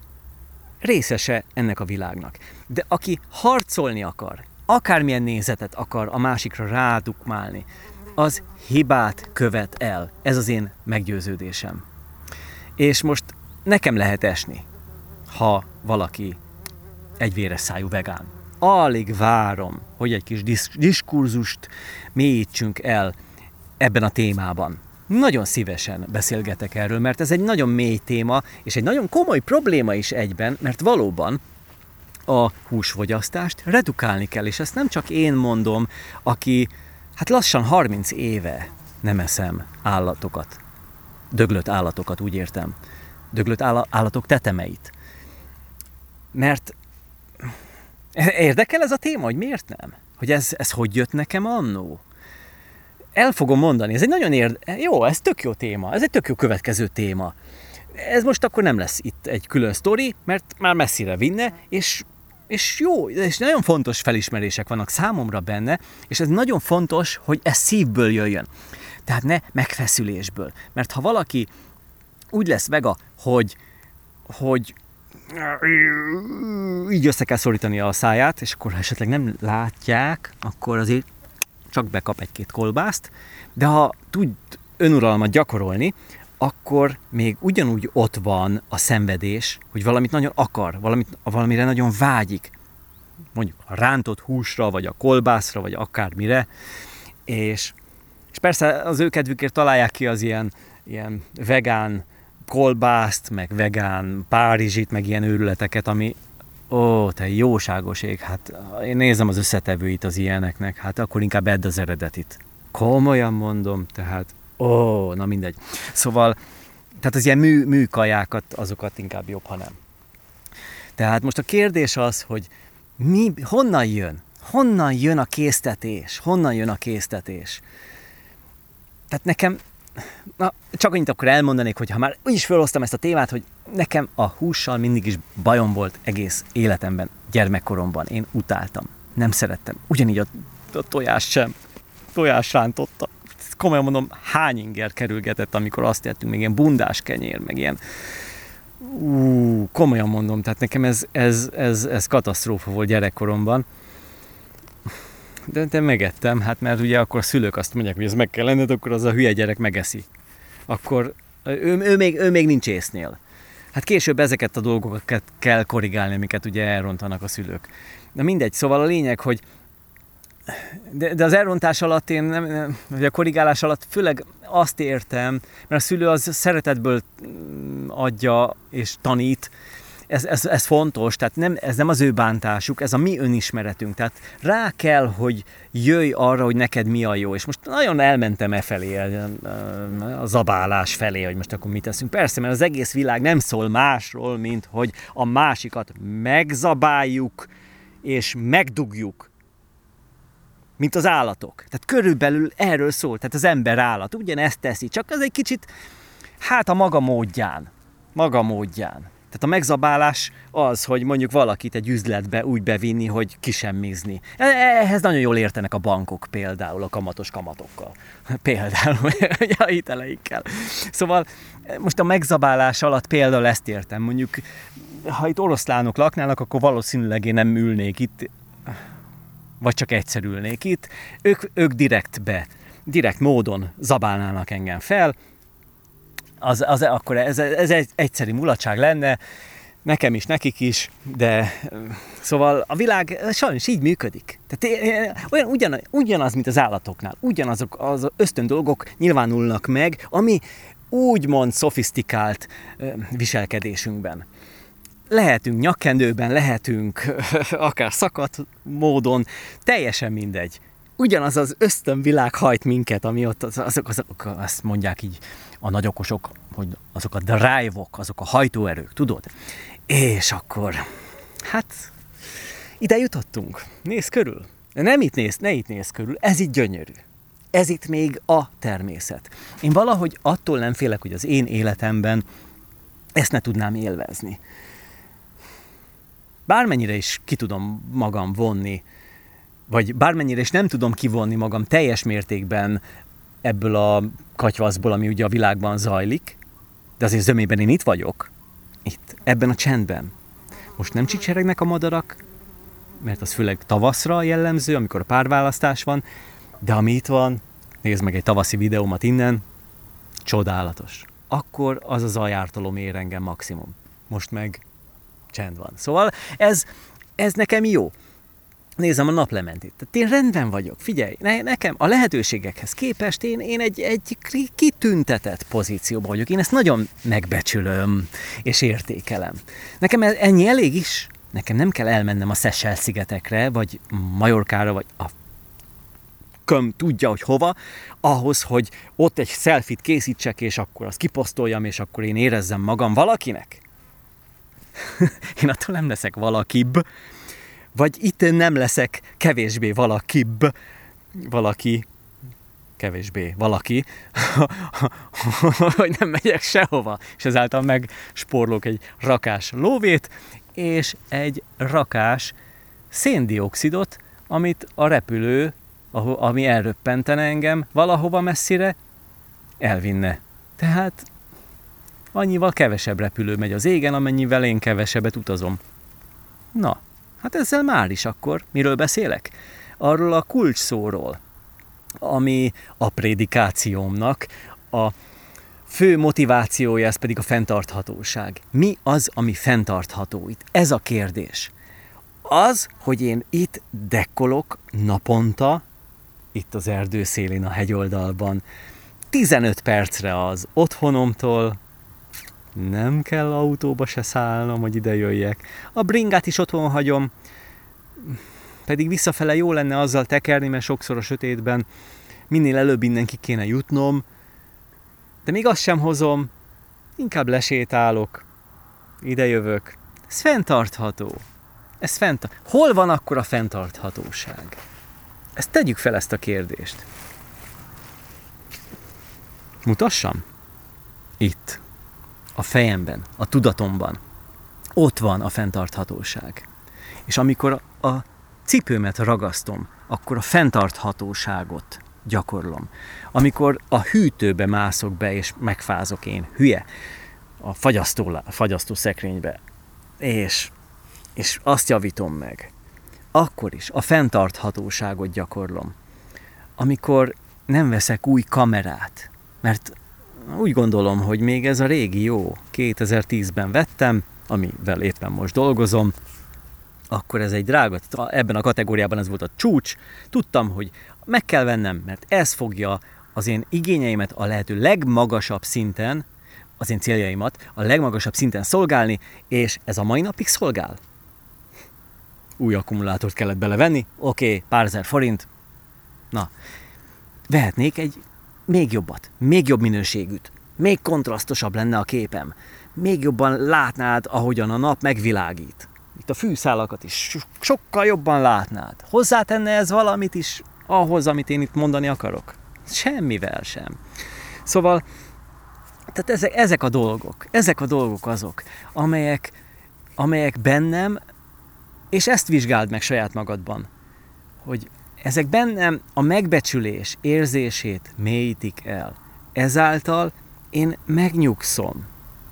részese ennek a világnak. De aki harcolni akar, akármilyen nézetet akar a másikra rádukmálni, az hibát követ el. Ez az én meggyőződésem. És most nekem lehet esni, ha valaki egy véres szájú vegán. Alig várom, hogy egy kis diskurzust mélyítsünk el ebben a témában. Nagyon szívesen beszélgetek erről, mert ez egy nagyon mély téma, és egy nagyon komoly probléma is egyben, mert valóban a húsfogyasztást redukálni kell, és ezt nem csak én mondom, aki hát lassan 30 éve nem eszem állatokat, döglött állatokat, úgy értem, döglött állatok tetemeit. Mert érdekel ez a téma, hogy miért nem? Hogy ez hogy jött nekem annó? El fogom mondani, ez egy nagyon jó, ez tök jó téma, ez egy tök jó következő téma. Ez most akkor nem lesz itt egy külön sztori, mert már messzire vinne, és jó, és nagyon fontos felismerések vannak számomra benne, és ez nagyon fontos, hogy ez szívből jöjjön. Tehát ne megfeszülésből. Mert ha valaki úgy lesz vega, hogy így össze kell szorítani a száját, és akkor ha esetleg nem látják, akkor azért csak bekap egy-két kolbászt, de ha tud önuralmat gyakorolni, akkor még ugyanúgy ott van a szenvedés, hogy valamit nagyon akar, valamire nagyon vágyik. Mondjuk a rántott húsra, vagy a kolbászra, vagy akármire. És persze az ő kedvükért találják ki az ilyen vegán kolbászt, meg vegán párizsit, meg ilyen őrületeket, ami te jóságos ég, hát én nézem az összetevőit az ilyeneknek, hát akkor inkább edd az eredetit. Komolyan mondom, tehát na mindegy. Szóval, tehát az ilyen műkajákat, azokat inkább jobb, ha nem. Tehát most a kérdés az, hogy honnan jön? Honnan jön a késztetés? Honnan jön a késztetés? Tehát nekem, csak annyit akkor elmondanék, hogy ha már úgyis felhoztam ezt a témát, hogy nekem a hússal mindig is bajom volt egész életemben, gyermekkoromban. Én utáltam. Nem szerettem. Ugyanígy a tojás sem. Tojás rántotta. Komolyan mondom, hány inger kerülgetett, amikor azt tettünk, még ilyen bundás kenyér, meg ilyen komolyan mondom, tehát nekem ez katasztrófa volt gyerekkoromban. De megettem, hát mert ugye akkor a szülők azt mondják, hogy ez meg kell lenned, akkor az a hülye gyerek megeszi. Akkor ő még nincs észnél. Hát később ezeket a dolgokat kell korrigálni, amiket ugye elrontanak a szülők. Na mindegy, szóval a lényeg, hogy de az elrontás alatt vagy a korrigálás alatt főleg azt értem, mert a szülő az szeretetből adja és tanít, ez fontos, tehát ez nem az ő bántásuk, ez a mi önismeretünk, tehát rá kell, hogy jöjj arra, hogy neked mi a jó, és most nagyon elmentem felé, a zabálás felé, hogy most akkor mit teszünk. Persze, mert az egész világ nem szól másról, mint hogy a másikat megzabáljuk és megdugjuk, mint az állatok. Tehát körülbelül erről szól, tehát az ember állat ugyanezt teszi, csak az egy kicsit, hát a maga módján. Tehát a megzabálás az, hogy mondjuk valakit egy üzletbe úgy bevinni, hogy kisemmizni. Ehhez nagyon jól értenek a bankok például, a kamatos kamatokkal. Például, a hiteleikkel. Szóval most a megzabálás alatt például ezt értem. Mondjuk, ha itt oroszlánok laknának, akkor valószínűleg én nem ülnék itt, vagy csak egyszer ülnék itt. Ők direkt módon zabálnának engem fel, akkor ez egy egyszerű mulatság lenne, nekem is, nekik is, de szóval a világ sajnos így működik. Tehát ugyanaz, mint az állatoknál, ugyanazok az ösztön dolgok nyilvánulnak meg, ami úgymond szofisztikált viselkedésünkben. Lehetünk nyakkendőben, lehetünk akár szakadt módon, teljesen mindegy. Ugyanaz az ösztönvilág hajt minket, ami ott, azok azt mondják így a nagyokosok, hogy azok a drive-ok, azok a hajtóerők, tudod? És akkor, hát, ide jutottunk. Nézz körül. Ne itt nézz körül, ez itt gyönyörű. Ez itt még a természet. Én valahogy attól nem félek, hogy az én életemben ezt ne tudnám élvezni. Bármennyire is ki tudom magam vonni, vagy bármennyire is nem tudom kivonni magam teljes mértékben ebből a katyvaszból, ami ugye a világban zajlik, de azért zömében én itt vagyok, itt, ebben a csendben. Most nem csicseregnek a madarak, mert az főleg tavaszra jellemző, amikor a párválasztás van, de ami itt van, nézd meg egy tavaszi videómat innen, csodálatos. Akkor az a zajártalom ér engem maximum. Most meg csend van. Szóval ez nekem jó. Nézem a naplementét. Tehát én rendben vagyok. Figyelj, nekem a lehetőségekhez képest én egy kitüntetett pozícióban vagyok. Én ezt nagyon megbecsülöm és értékelem. Nekem ennyi elég is. Nekem nem kell elmennem a Seychelles-szigetekre, vagy Majorkára, vagy a tudja, hogy hova, ahhoz, hogy ott egy selfie-t készítsek, és akkor azt kiposztoljam, és akkor én érezzem magam valakinek. Én attól nem leszek valakibb, vagy itt nem leszek kevésbé valakibb valaki. kevésbé valaki, hogy nem megyek sehova, és ezáltal megspórolok egy rakás lóvét, és egy rakás széndioxidot, amit a repülő, ami elröppentene engem valahova messzire, elvinne. Tehát annyival kevesebb repülő megy az égen, amennyivel én kevesebbet utazom. Na, hát ezzel már is akkor miről beszélek? Arról a kulcsszóról, ami a prédikációmnak a fő motivációja, ez pedig a fenntarthatóság. Mi az, ami fenntartható itt? Ez a kérdés. Az, hogy én itt dekkolok naponta, itt az erdő szélén, a hegyoldalban, 15 percre az otthonomtól, nem kell autóba se szállnom, hogy ide jöjjek. A bringát is otthon hagyom, pedig visszafele jó lenne azzal tekerni, mert sokszor a sötétben minél előbb innen ki kéne jutnom, de még azt sem hozom, inkább lesétálok, ide jövök. Ez fenntartható. Hol van akkor a fenntarthatóság? Tegyük fel ezt a kérdést. Mutassam? Itt. A fejemben, a tudatomban. Ott van a fenntarthatóság. És amikor a cipőmet ragasztom, akkor a fenntarthatóságot gyakorlom. Amikor a hűtőbe mászok be, és megfázok én, hülye, a fagyasztó szekrénybe, és azt javítom meg, akkor is a fenntarthatóságot gyakorlom. Amikor nem veszek új kamerát, mert úgy gondolom, hogy még ez a régi jó, 2010-ben vettem, amivel éppen most dolgozom, akkor ez egy drága, ebben a kategóriában ez volt a csúcs, tudtam, hogy meg kell vennem, mert ez fogja az én igényeimet a lehető legmagasabb szinten, az én céljaimat a legmagasabb szinten szolgálni, és ez a mai napig szolgál. Új akkumulátort kellett belevenni, oké, pár ezer forint, na, vehetnék egy még jobbat, még jobb minőségűt, még kontrasztosabb lenne a képem, még jobban látnád, ahogyan a nap megvilágít. Itt a fűszálakat is sokkal jobban látnád. Hozzátenne ez valamit is ahhoz, amit én itt mondani akarok? Semmivel sem. Szóval, tehát ezek a dolgok azok, amelyek bennem, és ezt vizsgáld meg saját magadban, hogy ezek bennem a megbecsülés érzését mélyítik el. Ezáltal én megnyugszom.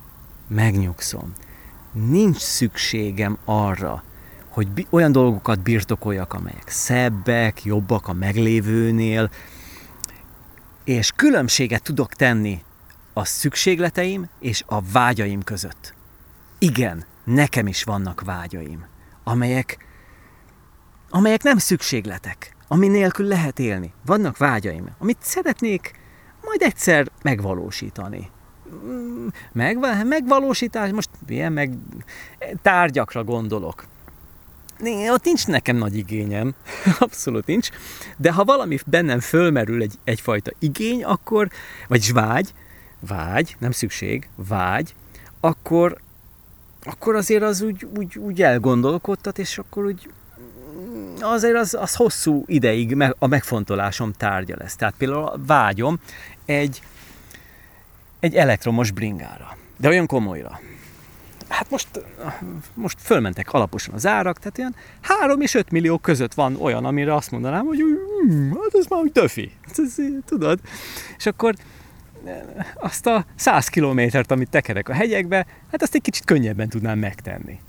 Nincs szükségem arra, hogy olyan dolgokat birtokoljak, amelyek szebbek, jobbak a meglévőnél, és különbséget tudok tenni a szükségleteim és a vágyaim között. Igen, nekem is vannak vágyaim, amelyek nem szükségletek, ami nélkül lehet élni. Vannak vágyaim, amit szeretnék majd egyszer megvalósítani. Megvalósítás, most ilyen tárgyakra gondolok. Ott nincs nekem nagy igényem, abszolút nincs, de ha valami bennem fölmerül egyfajta igény, akkor, vagyis vágy, nem szükség, vágy, akkor azért az úgy elgondolkodtat, és akkor úgy azért az hosszú ideig a megfontolásom tárgya lesz. Tehát például vágyom egy elektromos bringára, de olyan komolyra. Hát most fölmentek alaposan az árak, tehát ilyen 3 és 5 millió között van olyan, amire azt mondanám, hogy hát ez már úgy döfi, tudod? És akkor azt a 100 kilométert, amit tekerek a hegyekbe, hát azt egy kicsit könnyebben tudnám megtenni.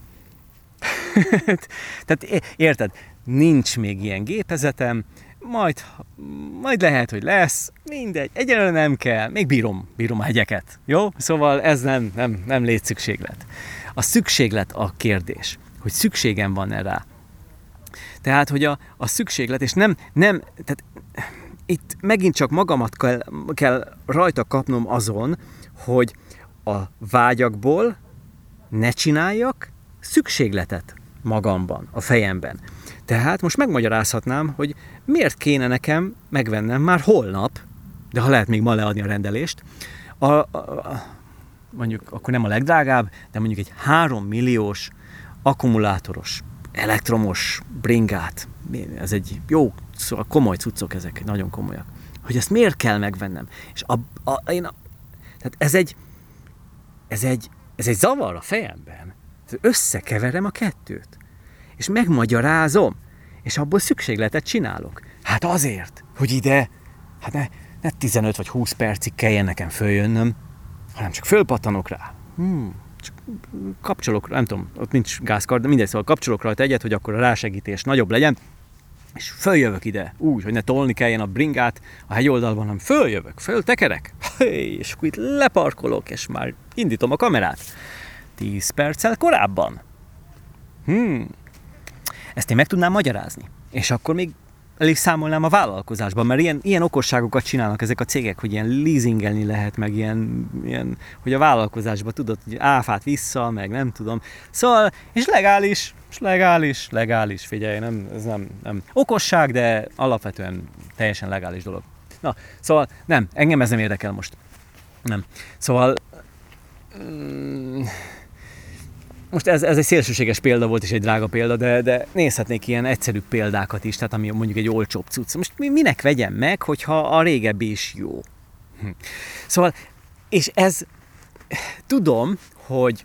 Tehát érted, nincs még ilyen gépezetem, majd lehet, hogy lesz, mindegy, egyelőre nem kell, még bírom a hegyeket, jó? Szóval ez nem létszükséglet. A szükséglet a kérdés, hogy szükségem van-e rá. Tehát, hogy a szükséglet, és nem, tehát itt megint csak magamat kell rajta kapnom azon, hogy a vágyakból ne csináljak szükségletet magamban, a fejemben. Tehát most megmagyarázhatnám, hogy miért kéne nekem megvennem már holnap, de ha lehet még ma leadni a rendelést, mondjuk akkor nem a legdrágább, de mondjuk egy 3 milliós akkumulátoros, elektromos bringát. Ez egy jó, szóval komoly cuccok ezek, nagyon komolyak. hogy ezt miért kell megvennem. És tehát ez egy zavar a fejemben. Összekeverem a kettőt. És megmagyarázom. És abból szükségletet csinálok. Hát azért, hogy ide, hát ne 15 vagy 20 percig kelljen nekem följönnöm, hanem csak fölpattanok rá. Csak kapcsolok, nem tudom, ott nincs gázkard, de mindegy, szóval kapcsolok rajta egyet, hogy akkor a rásegítés nagyobb legyen, és följövök ide, úgy, hogy ne tolni kelljen a bringát a hegyoldalban, hanem föltekerek, és akkor itt leparkolok, és már indítom a kamerát. 10 perccel korábban. Ezt én meg tudnám magyarázni. És akkor még elég számolnám a vállalkozásban, mert ilyen okosságokat csinálnak ezek a cégek, hogy ilyen leasingelni lehet, meg ilyen hogy a vállalkozásban tudod, hogy áfát vissza, meg nem tudom. Szóval, és legális, figyelj, ez nem okosság, de alapvetően teljesen legális dolog. Na, szóval nem, engem ez nem érdekel most. Nem. Szóval most ez egy szélsőséges példa volt, és egy drága példa, de nézhetnék ilyen egyszerű példákat is, tehát ami mondjuk egy olcsóbb cucc. Most minek vegyem meg, hogyha a régebbi is jó? Szóval, és ez, tudom, hogy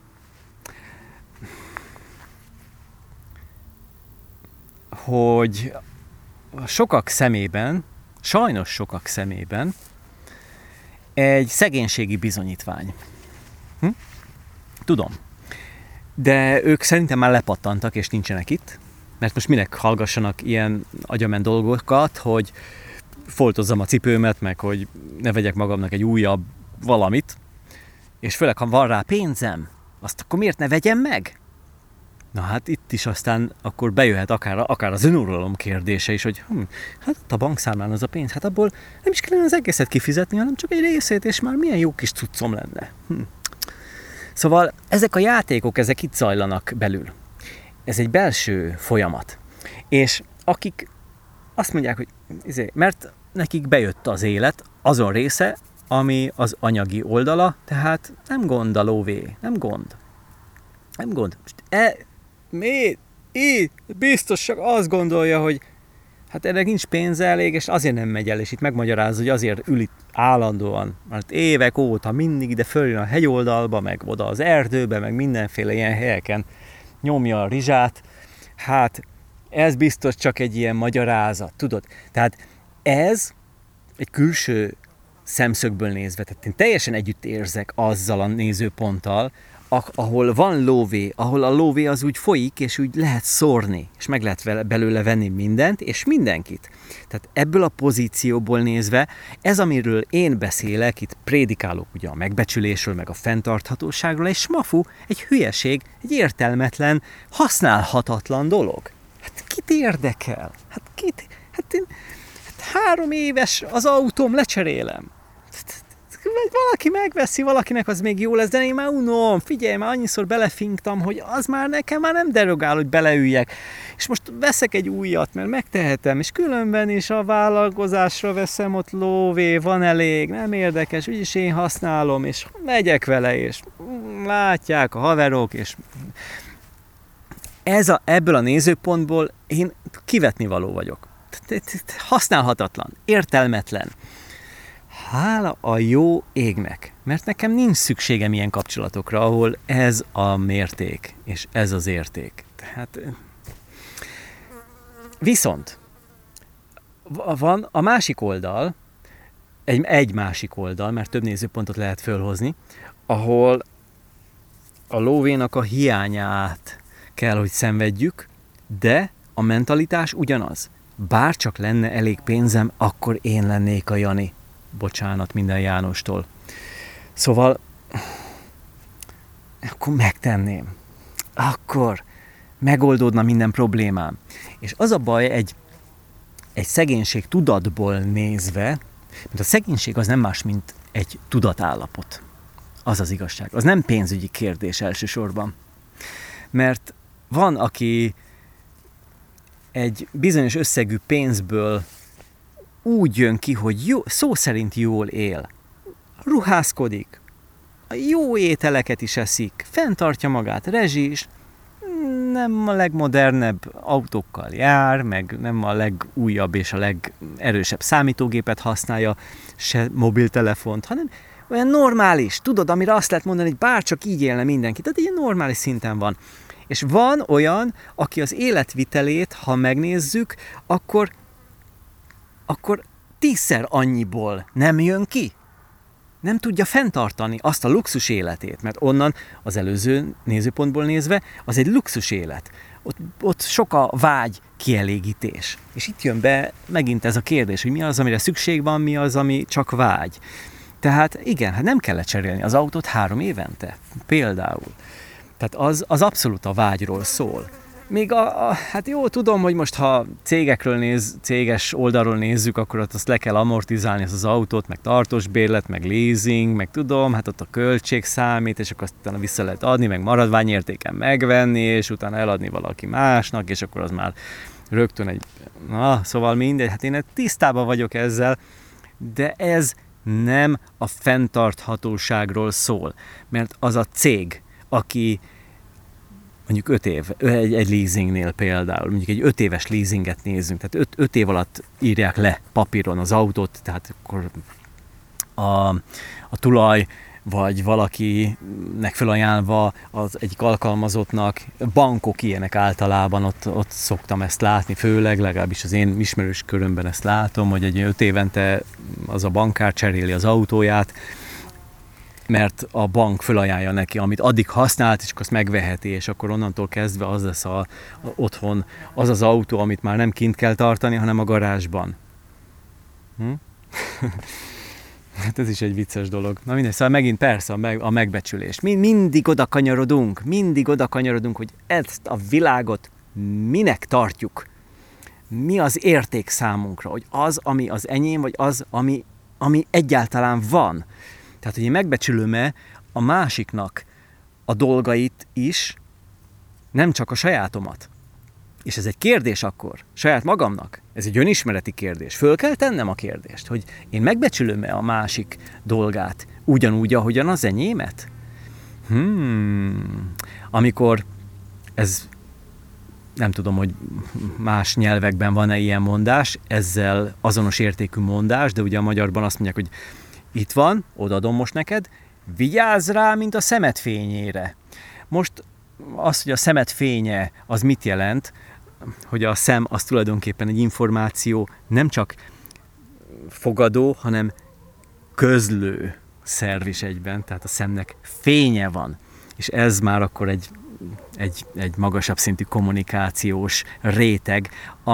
sokak szemében, sajnos sokak szemében egy szegénységi bizonyítvány. Tudom. De ők szerintem már lepattantak, és nincsenek itt, mert most minek hallgassanak ilyen agyament dolgokat, hogy foltozzam a cipőmet, meg hogy ne vegyek magamnak egy újabb valamit, és főleg, ha van rá pénzem, azt akkor miért ne vegyem meg? Na hát itt is aztán akkor bejöhet akár az önuralom kérdése is, hogy hát a bankszámlán az a pénz, hát abból nem is kellene az egészet kifizetni, hanem csak egy részét, és már milyen jó kis cuccom lenne. Szóval ezek a játékok, ezek itt zajlanak belül. Ez egy belső folyamat. És akik azt mondják, hogy mert nekik bejött az élet azon része, ami az anyagi oldala, tehát nem gond a lóvé, nem gond. Biztos csak azt gondolja, hogy hát ennek nincs pénze elég, és azért nem megy el, és itt megmagyarázza, hogy azért ül itt állandóan, mert évek óta mindig ide följön a hegyoldalba, meg oda az erdőbe, meg mindenféle ilyen helyeken nyomja a rizsát. Hát ez biztos csak egy ilyen magyarázat, tudod? Tehát ez egy külső szemszögből nézve, tehát én teljesen együtt érzek azzal a nézőponttal, ahol van lóvé, ahol a lóvé az úgy folyik, és úgy lehet szórni, és meg lehet belőle venni mindent, és mindenkit. Tehát ebből a pozícióból nézve, ez, amiről én beszélek, itt prédikálok ugye a megbecsülésről, meg a fenntarthatóságról, és smafu, egy hülyeség, egy értelmetlen, használhatatlan dolog. Hát kit érdekel? Hát 3 éves az autóm, lecserélem. Valaki megveszi, valakinek az még jó lesz, de én már unom, figyelj, már annyiszor belefinktam, hogy az már nekem már nem derogál, hogy beleüljek. És most veszek egy újat, mert megtehetem, és különben is a vállalkozásra veszem, ott lóvé, van elég, nem érdekes, úgyis én használom, és megyek vele, és látják a haverok, és ebből a nézőpontból én kivetnivaló vagyok. Használhatatlan, értelmetlen. Hála a jó égnek, mert nekem nincs szükségem ilyen kapcsolatokra, ahol ez a mérték, és ez az érték. Tehát, viszont van a másik oldal, egy másik oldal, mert több nézőpontot lehet fölhozni, ahol a lóvénak a hiányát kell, hogy szenvedjük, de a mentalitás ugyanaz. Bár csak lenne elég pénzem, akkor én lennék a Jani. Bocsánat minden Jánostól. Szóval, akkor megtenném. Akkor megoldódna minden problémám. És az a baj egy szegénység tudatból nézve, mert a szegénység az nem más, mint egy tudatállapot. Az az igazság. Az nem pénzügyi kérdés elsősorban. Mert van, aki egy bizonyos összegű pénzből úgy jön ki, hogy szó szerint jól él. Ruházkodik, a jó ételeket is eszik, fenntartja magát, rezsi is, nem a legmodernebb autókkal jár, meg nem a legújabb és a legerősebb számítógépet használja, se mobiltelefont, hanem olyan normális, tudod, amire azt lehet mondani, hogy bárcsak így élne mindenki, tehát ilyen normális szinten van. És van olyan, aki az életvitelét, ha megnézzük, akkor 10-szer annyiból nem jön ki. Nem tudja fenntartani azt a luxus életét, mert onnan az előző nézőpontból nézve az egy luxus élet. Ott sok a vágy kielégítés. És itt jön be megint ez a kérdés, hogy mi az, amire szükség van, mi az, ami csak vágy. Tehát igen, hát nem kellett cserélni az autót 3 évente, például. Tehát az abszolút a vágyról szól. Még hát jó, tudom, hogy most ha céges oldalról nézzük, akkor ott azt le kell amortizálni az autót, meg tartós bérlet, meg leasing, meg tudom, hát ott a költség számít, és akkor azt utána vissza lehet adni, meg maradványértéken megvenni, és utána eladni valaki másnak, és akkor az már rögtön szóval mindegy, hát én tisztában vagyok ezzel, de ez nem a fenntarthatóságról szól, mert az a cég, aki mondjuk 5 év, egy leasingnél például, mondjuk egy 5 éves leasinget nézzünk, tehát 5 év alatt írják le papíron az autót, tehát akkor a tulaj, vagy valakinek felajánlva az egyik alkalmazottnak, bankok ilyenek általában, ott szoktam ezt látni, főleg, legalábbis az én ismerős körömben ezt látom, hogy egy 5 évente az a bankár cseréli az autóját, mert a bank felajánlja neki, amit addig használt, és akkor azt megveheti, és akkor onnantól kezdve az lesz otthon az az autó, amit már nem kint kell tartani, hanem a garázsban. Hát ez is egy vicces dolog. Na mindegy, szóval megint persze a megbecsülés. Mindig oda kanyarodunk, hogy ezt a világot minek tartjuk. Mi az érték számunkra, hogy az, ami az enyém, vagy az, ami egyáltalán van. Tehát, hogy én megbecsülöm-e a másiknak a dolgait is, nem csak a sajátomat. És ez egy kérdés akkor, saját magamnak. Ez egy önismereti kérdés. Föl kell tennem a kérdést, hogy én megbecsülöm-e a másik dolgát ugyanúgy, ahogyan az enyémet? Amikor ez, nem tudom, hogy más nyelvekben van-e ilyen mondás, ezzel azonos értékű mondás, de ugye a magyarban azt mondják, hogy itt van, odaadom most neked, vigyázz rá, mint a szemed fényére. Most az, hogy a szemed fénye, az mit jelent, hogy a szem az tulajdonképpen egy információ nem csak fogadó, hanem közlő szerv is egyben, tehát a szemnek fénye van. És ez már akkor egy magasabb szintű kommunikációs réteg,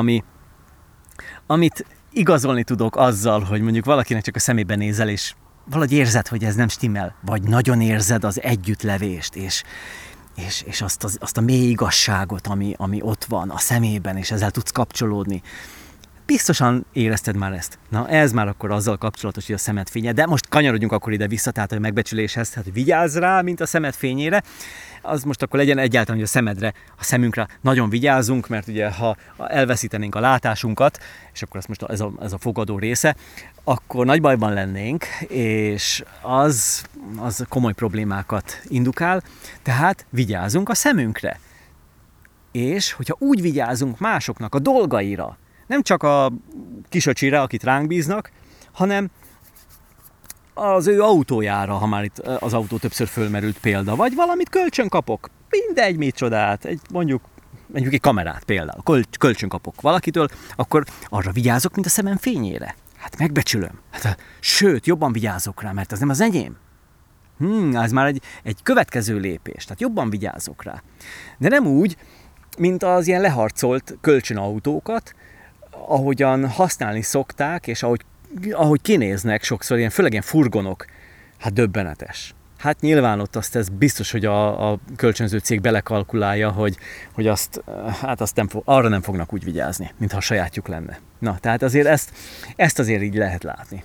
amit igazolni tudok azzal, hogy mondjuk valakinek csak a szemébe nézel, és valahogy érzed, hogy ez nem stimmel, vagy nagyon érzed az együttlevést, és azt a mély igazságot, ami ott van a szemében, és ezzel tudsz kapcsolódni. Biztosan érezted már ezt. Na, ez már akkor azzal kapcsolatos, hogy a szemed fénye, de most kanyarodjunk akkor ide vissza, tehát a megbecsüléshez, tehát vigyázz rá, mint a szemed fényére. Az most akkor legyen egyáltalán, hogy a szemünkre nagyon vigyázzunk, mert ugye ha elveszítenénk a látásunkat, és akkor ez most ez a fogadó része, akkor nagy bajban lennénk, és az komoly problémákat indukál, tehát vigyázzunk a szemünkre. És hogyha úgy vigyázunk másoknak a dolgaira, nem csak a kisöcsire, akit ránk bíznak, hanem az ő autójára, ha már itt az autó többször fölmerült példa, vagy valamit kölcsön kapok, mindegy micsodát, mondjuk egy kamerát például, kölcsön kapok valakitől, akkor arra vigyázok, mint a szemem fényére. Hát megbecsülöm. Sőt, jobban vigyázok rá, mert az nem az enyém. Ez már egy következő lépés, tehát jobban vigyázok rá. De nem úgy, mint az ilyen leharcolt kölcsönautókat, ahogyan használni szokták, és ahogy kinéznek sokszor, főleg ilyen furgonok, hát döbbenetes. Hát nyilván ott ez biztos, hogy a kölcsönző cég belekalkulálja, hogy arra nem fognak úgy vigyázni, mintha a sajátjuk lenne. Na, tehát azért ezt azért így lehet látni.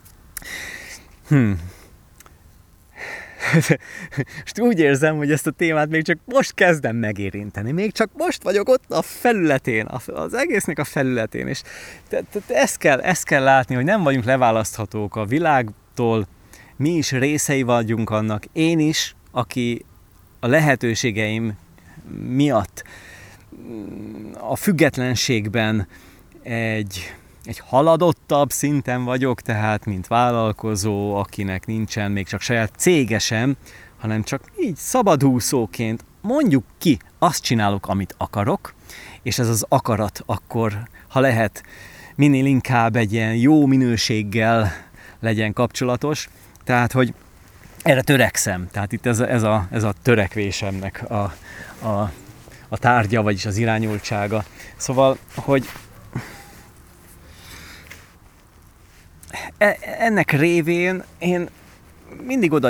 Most úgy érzem, hogy ezt a témát még csak most kezdem megérinteni. Még csak most vagyok ott a felületén, az egésznek a felületén. És ezt kell látni, hogy nem vagyunk leválaszthatók a világtól, mi is részei vagyunk annak. Én is, aki a lehetőségeim miatt a függetlenségben egy haladottabb szinten vagyok, tehát mint vállalkozó, akinek nincsen még csak saját cége sem, hanem csak így szabadúszóként mondjuk ki, azt csinálok, amit akarok, és ez az akarat akkor, ha lehet, minél inkább egy ilyen jó minőséggel legyen kapcsolatos. Tehát, hogy erre törekszem. Tehát itt ez a törekvésemnek a tárgya, vagyis az irányultsága. Szóval, hogy ennek révén én mindig oda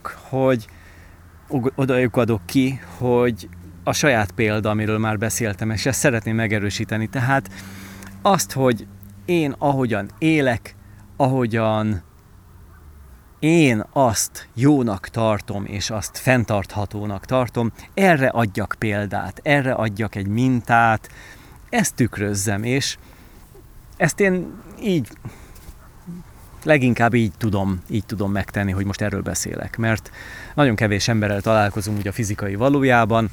lyukadok ki, hogy a saját példa, amiről már beszéltem, és ezt szeretném megerősíteni. Tehát azt, hogy én ahogyan élek, ahogyan én azt jónak tartom, és azt fenntarthatónak tartom, erre adjak példát, erre adjak egy mintát, ezt tükrözzem, és ezt én leginkább így tudom megtenni, hogy most erről beszélek, mert nagyon kevés emberrel találkozunk ugye a fizikai valójában,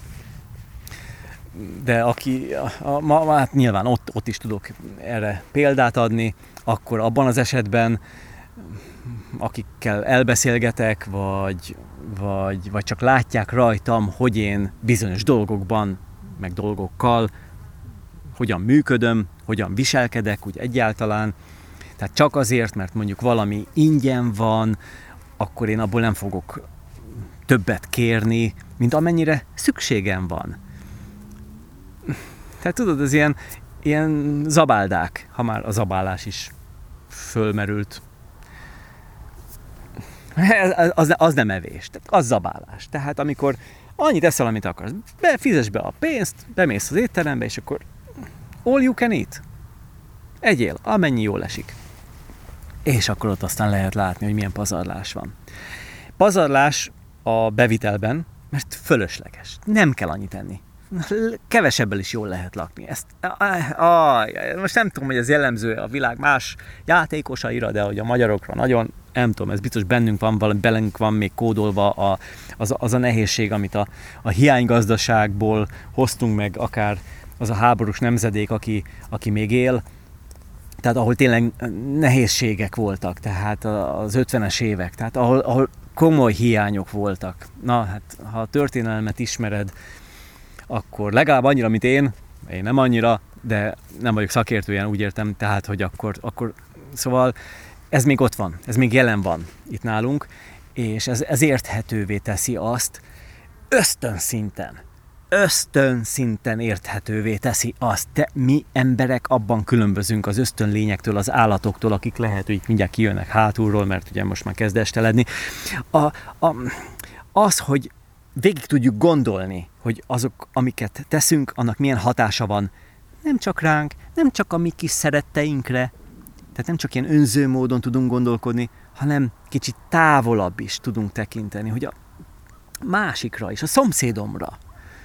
de aki hát nyilván ott is tudok erre példát adni, akkor abban az esetben, akikkel elbeszélgetek, vagy csak látják rajtam, hogy én bizonyos dolgokban, meg dolgokkal hogyan működöm, hogyan viselkedek úgy egyáltalán. Tehát csak azért, mert mondjuk valami ingyen van, akkor én abból nem fogok többet kérni, mint amennyire szükségem van. Tehát tudod, ez ilyen zabáldák, ha már a zabálás is fölmerült. Az nem evés, tehát az zabálás. Tehát amikor annyit eszel, amit akarsz, fizess be a pénzt, bemész az étterembe, és akkor all you can eat. Egyél, amennyi jól esik. És akkor ott aztán lehet látni, hogy milyen pazarlás van. Pazarlás a bevitelben, mert fölösleges. Nem kell annyit enni. Kevesebbel is jól lehet lakni. Most nem tudom, hogy ez jellemző a világ más játékosaira, de hogy a magyarokra nagyon, nem tudom, ez biztos bennünk van még kódolva az a nehézség, amit a hiánygazdaságból hoztunk meg, akár az a háborús nemzedék, aki még él, tehát ahol tényleg nehézségek voltak, tehát az 50-es évek, tehát ahol komoly hiányok voltak. Na, hát ha a történelmet ismered, akkor legalább annyira, mint én nem annyira, de nem vagyok szakértően, úgy értem, tehát, hogy akkor szóval ez még ott van, ez még jelen van itt nálunk, és ez érthetővé teszi azt, ösztönszinten érthetővé teszi azt, de mi emberek abban különbözünk az ösztönlényektől, az állatoktól, akik lehet, hogy mindjárt kijönnek hátulról, mert ugye most már kezd esteledni. Az, hogy végig tudjuk gondolni, hogy azok, amiket teszünk, annak milyen hatása van, nem csak ránk, nem csak a mi kis szeretteinkre, tehát nem csak ilyen önző módon tudunk gondolkodni, hanem kicsit távolabb is tudunk tekinteni, hogy a másikra is, a szomszédomra.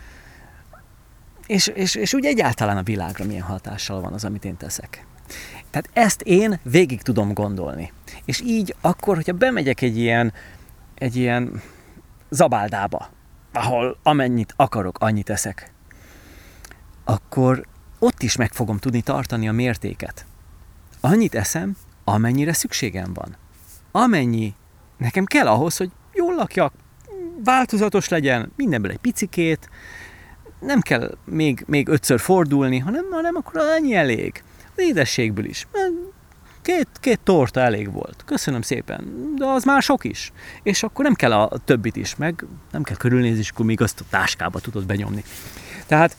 És úgy egyáltalán a világra milyen hatással van az, amit én teszek. Tehát ezt én végig tudom gondolni. És így akkor, hogyha bemegyek egy ilyen zabáldába, ahol amennyit akarok, annyit eszek, akkor ott is meg fogom tudni tartani a mértéket. Annyit eszem, amennyire szükségem van. Amennyi nekem kell ahhoz, hogy jól lakjak, változatos legyen, mindenből egy picikét, nem kell még 5-ször fordulni, hanem akkor ennyi elég. Az édességből is. Két torta elég volt. Köszönöm szépen. De az már sok is. És akkor nem kell a többit is, meg nem kell körülnézni, és akkor még azt a táskába tudod benyomni. Tehát,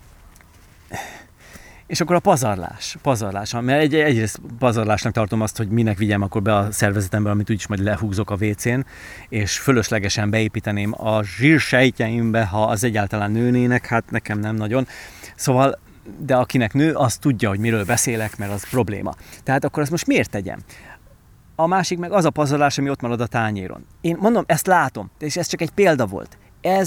és akkor a pazarlás. Mert egyrészt pazarlásnak tartom azt, hogy minek vigyem akkor be a szervezetembe, amit úgyis majd lehúzok a WC-n, és fölöslegesen beépíteném a zsírsejtjeimbe, ha az egyáltalán nőnének, hát nekem nem nagyon. Szóval, de akinek nő, az tudja, hogy miről beszélek, mert az probléma. Tehát akkor azt most miért tegyem? A másik meg az a pazarlás, ami ott marad a tányéron. Én mondom, ezt látom, és ez csak egy példa volt.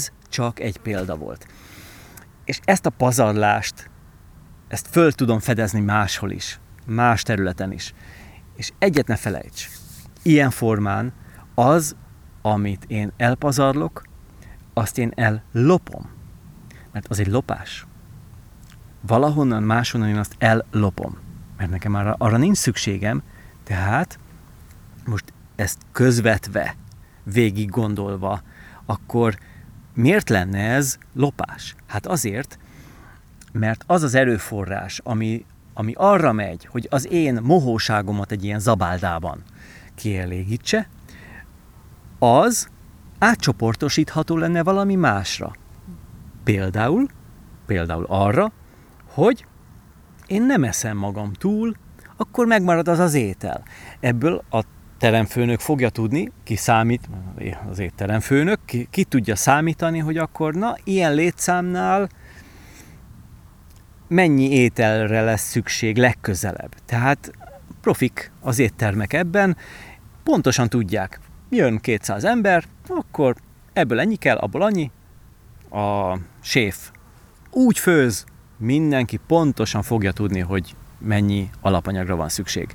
És ezt a pazarlást, ezt föl tudom fedezni máshol is, más területen is. És egyet ne felejts, ilyen formán az, amit én elpazarlok, azt én ellopom. mert az egy lopás. Valahonnan máshonnan én azt ellopom, mert nekem arra nincs szükségem, tehát most ezt közvetve, végig gondolva, akkor miért lenne ez lopás? Hát azért, mert az az erőforrás, ami arra megy, hogy az én mohóságomat egy ilyen zabáldában kielégítse, az átcsoportosítható lenne valami másra. Például arra, hogy én nem eszem magam túl, akkor megmarad az étel. Ebből a teremfőnök fogja tudni, ki számít, az étteremfőnök, ki tudja számítani, hogy akkor ilyen létszámnál mennyi ételre lesz szükség legközelebb. Tehát profik az éttermek ebben, pontosan tudják, jön 200 ember, akkor ebből ennyi kell, abból annyi. A séf úgy főz, mindenki pontosan fogja tudni, hogy mennyi alapanyagra van szükség.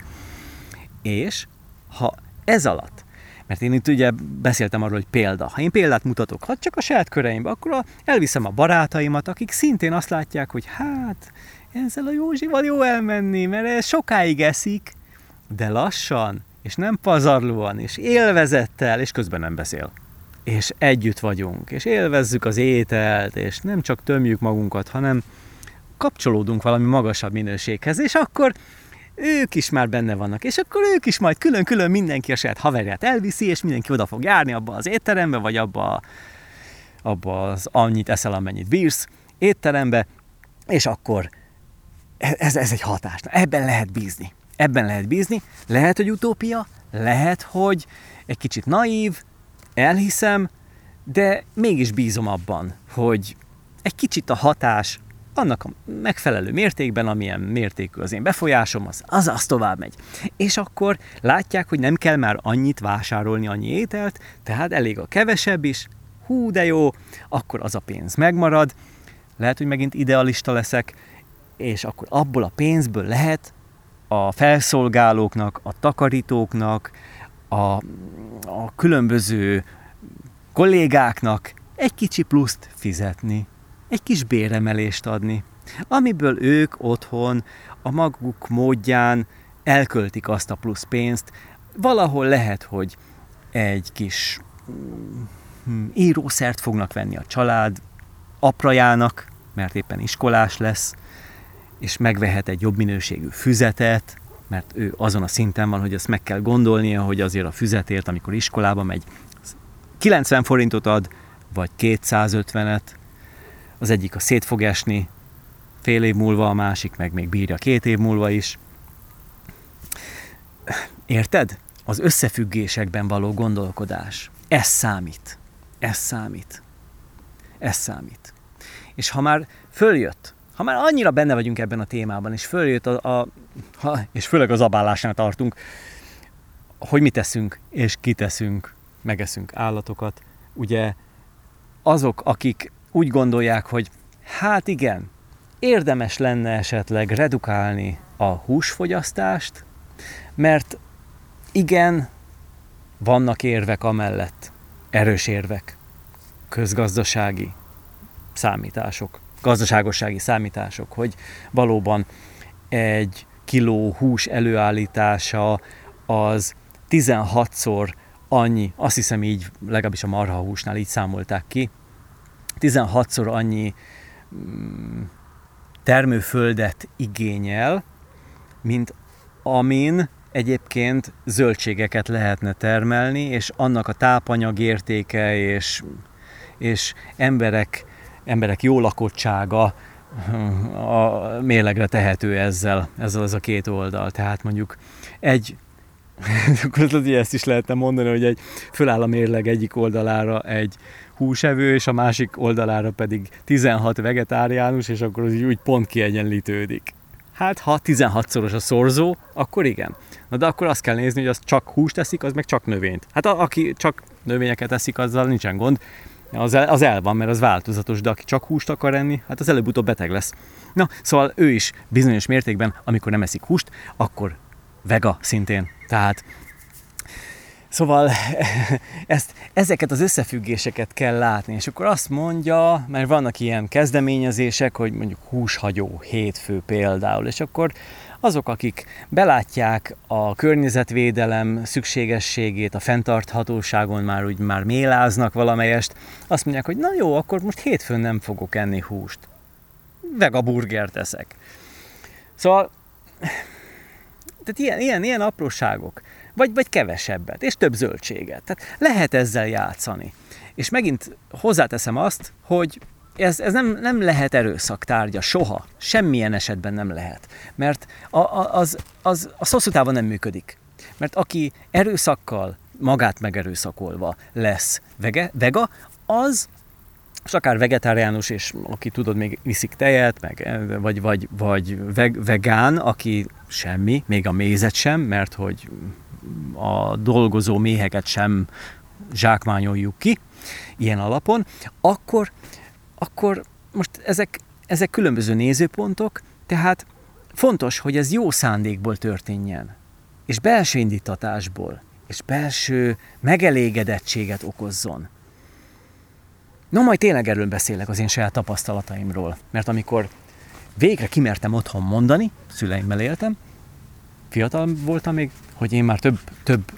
És ha ez alatt, mert én itt ugye beszéltem arról, hogy példa, ha én példát mutatok, ha csak a saját köreimbe, akkor elviszem a barátaimat, akik szintén azt látják, hogy hát ezzel a Józsival jó elmenni, mert ez sokáig eszik, de lassan, és nem pazarlóan, és élvezettel, és közben nem beszél. És együtt vagyunk, és élvezzük az ételt, és nem csak tömjük magunkat, hanem kapcsolódunk valami magasabb minőséghez, és akkor ők is már benne vannak, és akkor ők is majd külön-külön mindenki a saját haverját elviszi, és mindenki oda fog járni abba az étterembe, vagy abba az annyit eszel, amennyit bírsz étterembe, és akkor ez egy hatás. Ebben lehet bízni. Lehet, hogy utópia, lehet, hogy egy kicsit naív, elhiszem, de mégis bízom abban, hogy egy kicsit a hatás annak a megfelelő mértékben, amilyen mértékű az én befolyásom, az tovább megy. És akkor látják, hogy nem kell már annyit vásárolni, annyi ételt, tehát elég a kevesebb is, hú de jó, akkor az a pénz megmarad, lehet, hogy megint idealista leszek, és akkor abból a pénzből lehet a felszolgálóknak, a takarítóknak, a különböző kollégáknak egy kicsi pluszt fizetni, egy kis béremelést adni, amiből ők otthon a maguk módján elköltik azt a plusz pénzt. Valahol lehet, hogy egy kis írószert fognak venni a család aprajának, mert éppen iskolás lesz, és megvehet egy jobb minőségű füzetet, mert ő azon a szinten van, hogy ezt meg kell gondolnia, hogy azért a füzetért, amikor iskolába megy, 90 forintot ad, vagy 250-et, az egyik a szét fog esni, fél év múlva, a másik meg még bírja 2 év múlva is. Érted? Az összefüggésekben való gondolkodás. Ez számít. És ha már följött, ha már annyira benne vagyunk ebben a témában, és följött és főleg az zabálásnál tartunk, hogy mit teszünk, és kiteszünk, megeszünk állatokat. Ugye azok, akik úgy gondolják, hogy hát igen, érdemes lenne esetleg redukálni a húsfogyasztást, mert igen, vannak érvek amellett, erős érvek, közgazdasági számítások, gazdaságossági számítások, hogy valóban egy kiló hús előállítása az 16-szor annyi, azt hiszem így, legalábbis a marhahúsnál így számolták ki, 16-szor annyi termőföldet igényel, mint amin egyébként zöldségeket lehetne termelni, és annak a tápanyag értéke és emberek jó lakottsága a mérlegre tehető ezzel ez a két oldal. Tehát mondjuk akkor ezt is lehetne mondani, hogy föláll a mérleg egyik oldalára egy húsevő, és a másik oldalára pedig 16 vegetáriánus, és akkor az úgy pont kiegyenlítődik. Hát, ha 16-szoros a szorzó, akkor igen. Na de akkor azt kell nézni, hogy az csak húst eszik, az meg csak növényt. Hát aki csak növényeket eszik, azzal nincsen gond. Az el van, mert az változatos, de aki csak húst akar enni, hát az előbb-utóbb beteg lesz. Na, szóval ő is bizonyos mértékben, amikor nem eszik húst, akkor vega szintén. Tehát Szóval ezeket az összefüggéseket kell látni, és akkor azt mondja, mert vannak ilyen kezdeményezések, hogy mondjuk húshagyó hétfő például, és akkor azok, akik belátják a környezetvédelem szükségességét, a fenntarthatóságon már méláznak valamelyest, azt mondják, hogy na jó, akkor most hétfőn nem fogok enni húst. Vegaburgert eszek. Szóval, tehát ilyen apróságok. Vagy kevesebbet, és több zöldséget. Tehát lehet ezzel játszani. És megint hozzáteszem azt, hogy ez nem lehet erőszak tárgya, soha. Semmilyen esetben nem lehet. Mert az hosszú távon nem működik. Mert aki erőszakkal, magát megerőszakolva lesz vega, az, és akár vegetáriánus, és aki tudod, még iszik tejet, vagy vegán, aki semmi, még a mézet sem, mert hogy a dolgozó méheket sem zsákmányoljuk ki ilyen alapon, akkor most ezek különböző nézőpontok, tehát fontos, hogy ez jó szándékból történjen, és belső indítatásból, és belső megelégedettséget okozzon. No, majd tényleg erről beszélek az én saját tapasztalataimról, mert amikor végre kimertem otthon mondani, szüleimmel éltem, fiatal voltam még, hogy én már több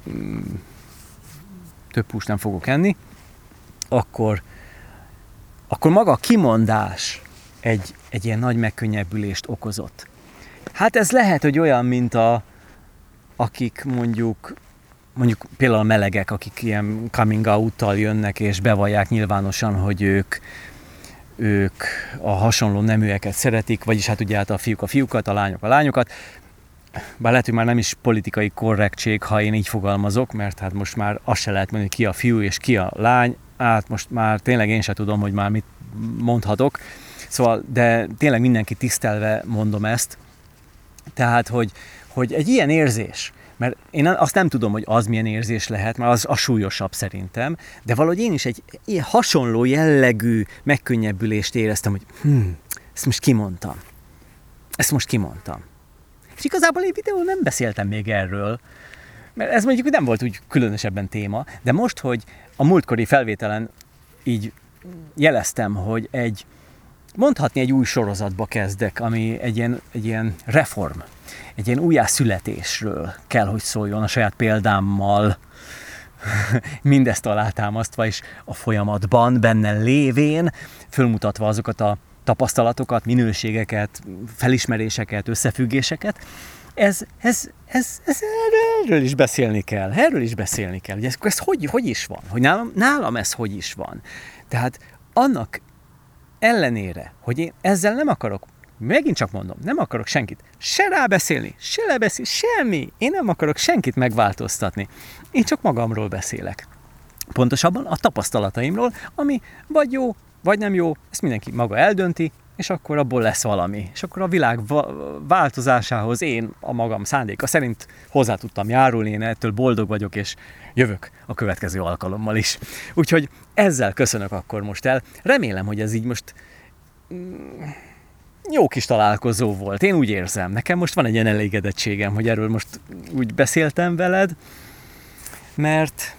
húst nem fogok enni, akkor maga a kimondás egy ilyen nagy megkönnyebbülést okozott. Hát ez lehet, hogy olyan, mint akik mondjuk például a melegek, akik ilyen coming out-tal jönnek, és bevallják nyilvánosan, hogy ők a hasonló neműeket szeretik, vagyis hát ugye a fiúk a fiúkat, a lányok a lányokat. Bár lehet, hogy már nem is politikai korrektség, ha én így fogalmazok, mert hát most már azt se lehet mondani, ki a fiú és ki a lány. Hát most már tényleg én sem tudom, hogy már mit mondhatok. Szóval, de tényleg mindenki tisztelve mondom ezt. Tehát, hogy egy ilyen érzés, mert én azt nem tudom, hogy az milyen érzés lehet, mert az a súlyosabb szerintem, de valahogy én is egy ilyen hasonló jellegű megkönnyebbülést éreztem, hogy ezt most kimondtam. És igazából egy videón nem beszéltem még erről, mert ez mondjuk nem volt úgy különösebben téma, de most, hogy a múltkori felvételen így jeleztem, hogy mondhatni egy új sorozatba kezdek, ami egy ilyen reform, egy ilyen újjászületésről kell, hogy szóljon a saját példámmal, mindezt alátámasztva is a folyamatban, benne lévén, fölmutatva azokat a tapasztalatokat, minőségeket, felismeréseket, összefüggéseket. Erről is beszélni kell. Ugye ez hogy is van? Hogy nálam ez hogy is van? Tehát annak ellenére, hogy én ezzel nem akarok, megint csak mondom, nem akarok senkit se rábeszélni, se lebeszélni, semmi. Én nem akarok senkit megváltoztatni. Én csak magamról beszélek. Pontosabban a tapasztalataimról, ami vagy jó, vagy nem jó, ezt mindenki maga eldönti, és akkor abból lesz valami. És akkor a világ változásához én a magam szándéka szerint hozzá tudtam járulni, én ettől boldog vagyok, és jövök a következő alkalommal is. Úgyhogy ezzel köszönök akkor most el. Remélem, hogy ez így most jó kis találkozó volt. Én úgy érzem. Nekem most van egy ilyen elégedettségem, hogy erről most úgy beszéltem veled, mert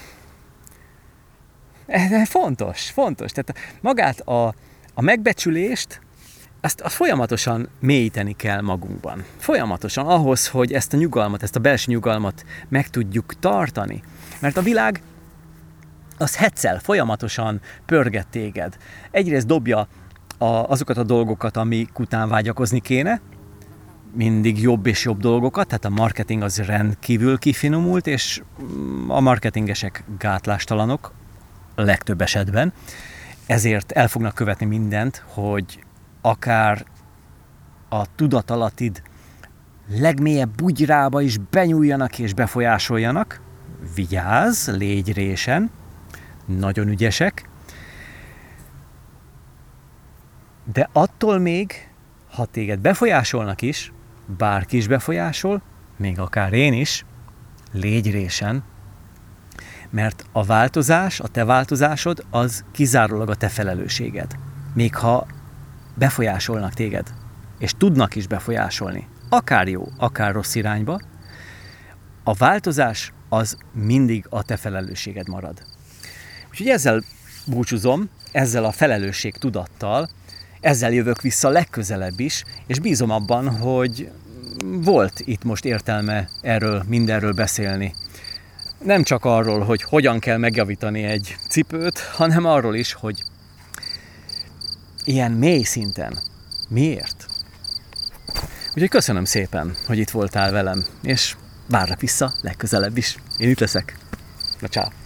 fontos. Tehát magát a megbecsülést, azt folyamatosan mélyíteni kell magunkban. Folyamatosan ahhoz, hogy ezt a nyugalmat, ezt a belső nyugalmat meg tudjuk tartani. Mert a világ az hecel, folyamatosan pörget téged. Egyrészt dobja azokat a dolgokat, amik után vágyakozni kéne, mindig jobb és jobb dolgokat, tehát a marketing az rendkívül kifinomult, és a marketingesek gátlástalanok a legtöbb esetben. Ezért el fognak követni mindent, hogy akár a tudatalattid legmélyebb bugyrába is benyúljanak és befolyásoljanak. Vigyázz, légy résen, nagyon ügyesek. De attól még, ha téged befolyásolnak is, bárki is befolyásol, még akár én is, légy résen, mert a változás, a te változásod, az kizárólag a te felelősséged. Még ha befolyásolnak téged, és tudnak is befolyásolni, akár jó, akár rossz irányba, a változás az mindig a te felelősséged marad. Úgyhogy ezzel búcsúzom, ezzel a felelősség tudattal, ezzel jövök vissza legközelebb is, és bízom abban, hogy volt itt most értelme mindenről beszélni. Nem csak arról, hogy hogyan kell megjavítani egy cipőt, hanem arról is, hogy ilyen mély szinten miért. Úgyhogy köszönöm szépen, hogy itt voltál velem, és várlak vissza legközelebb is. Én itt leszek. Na, csá!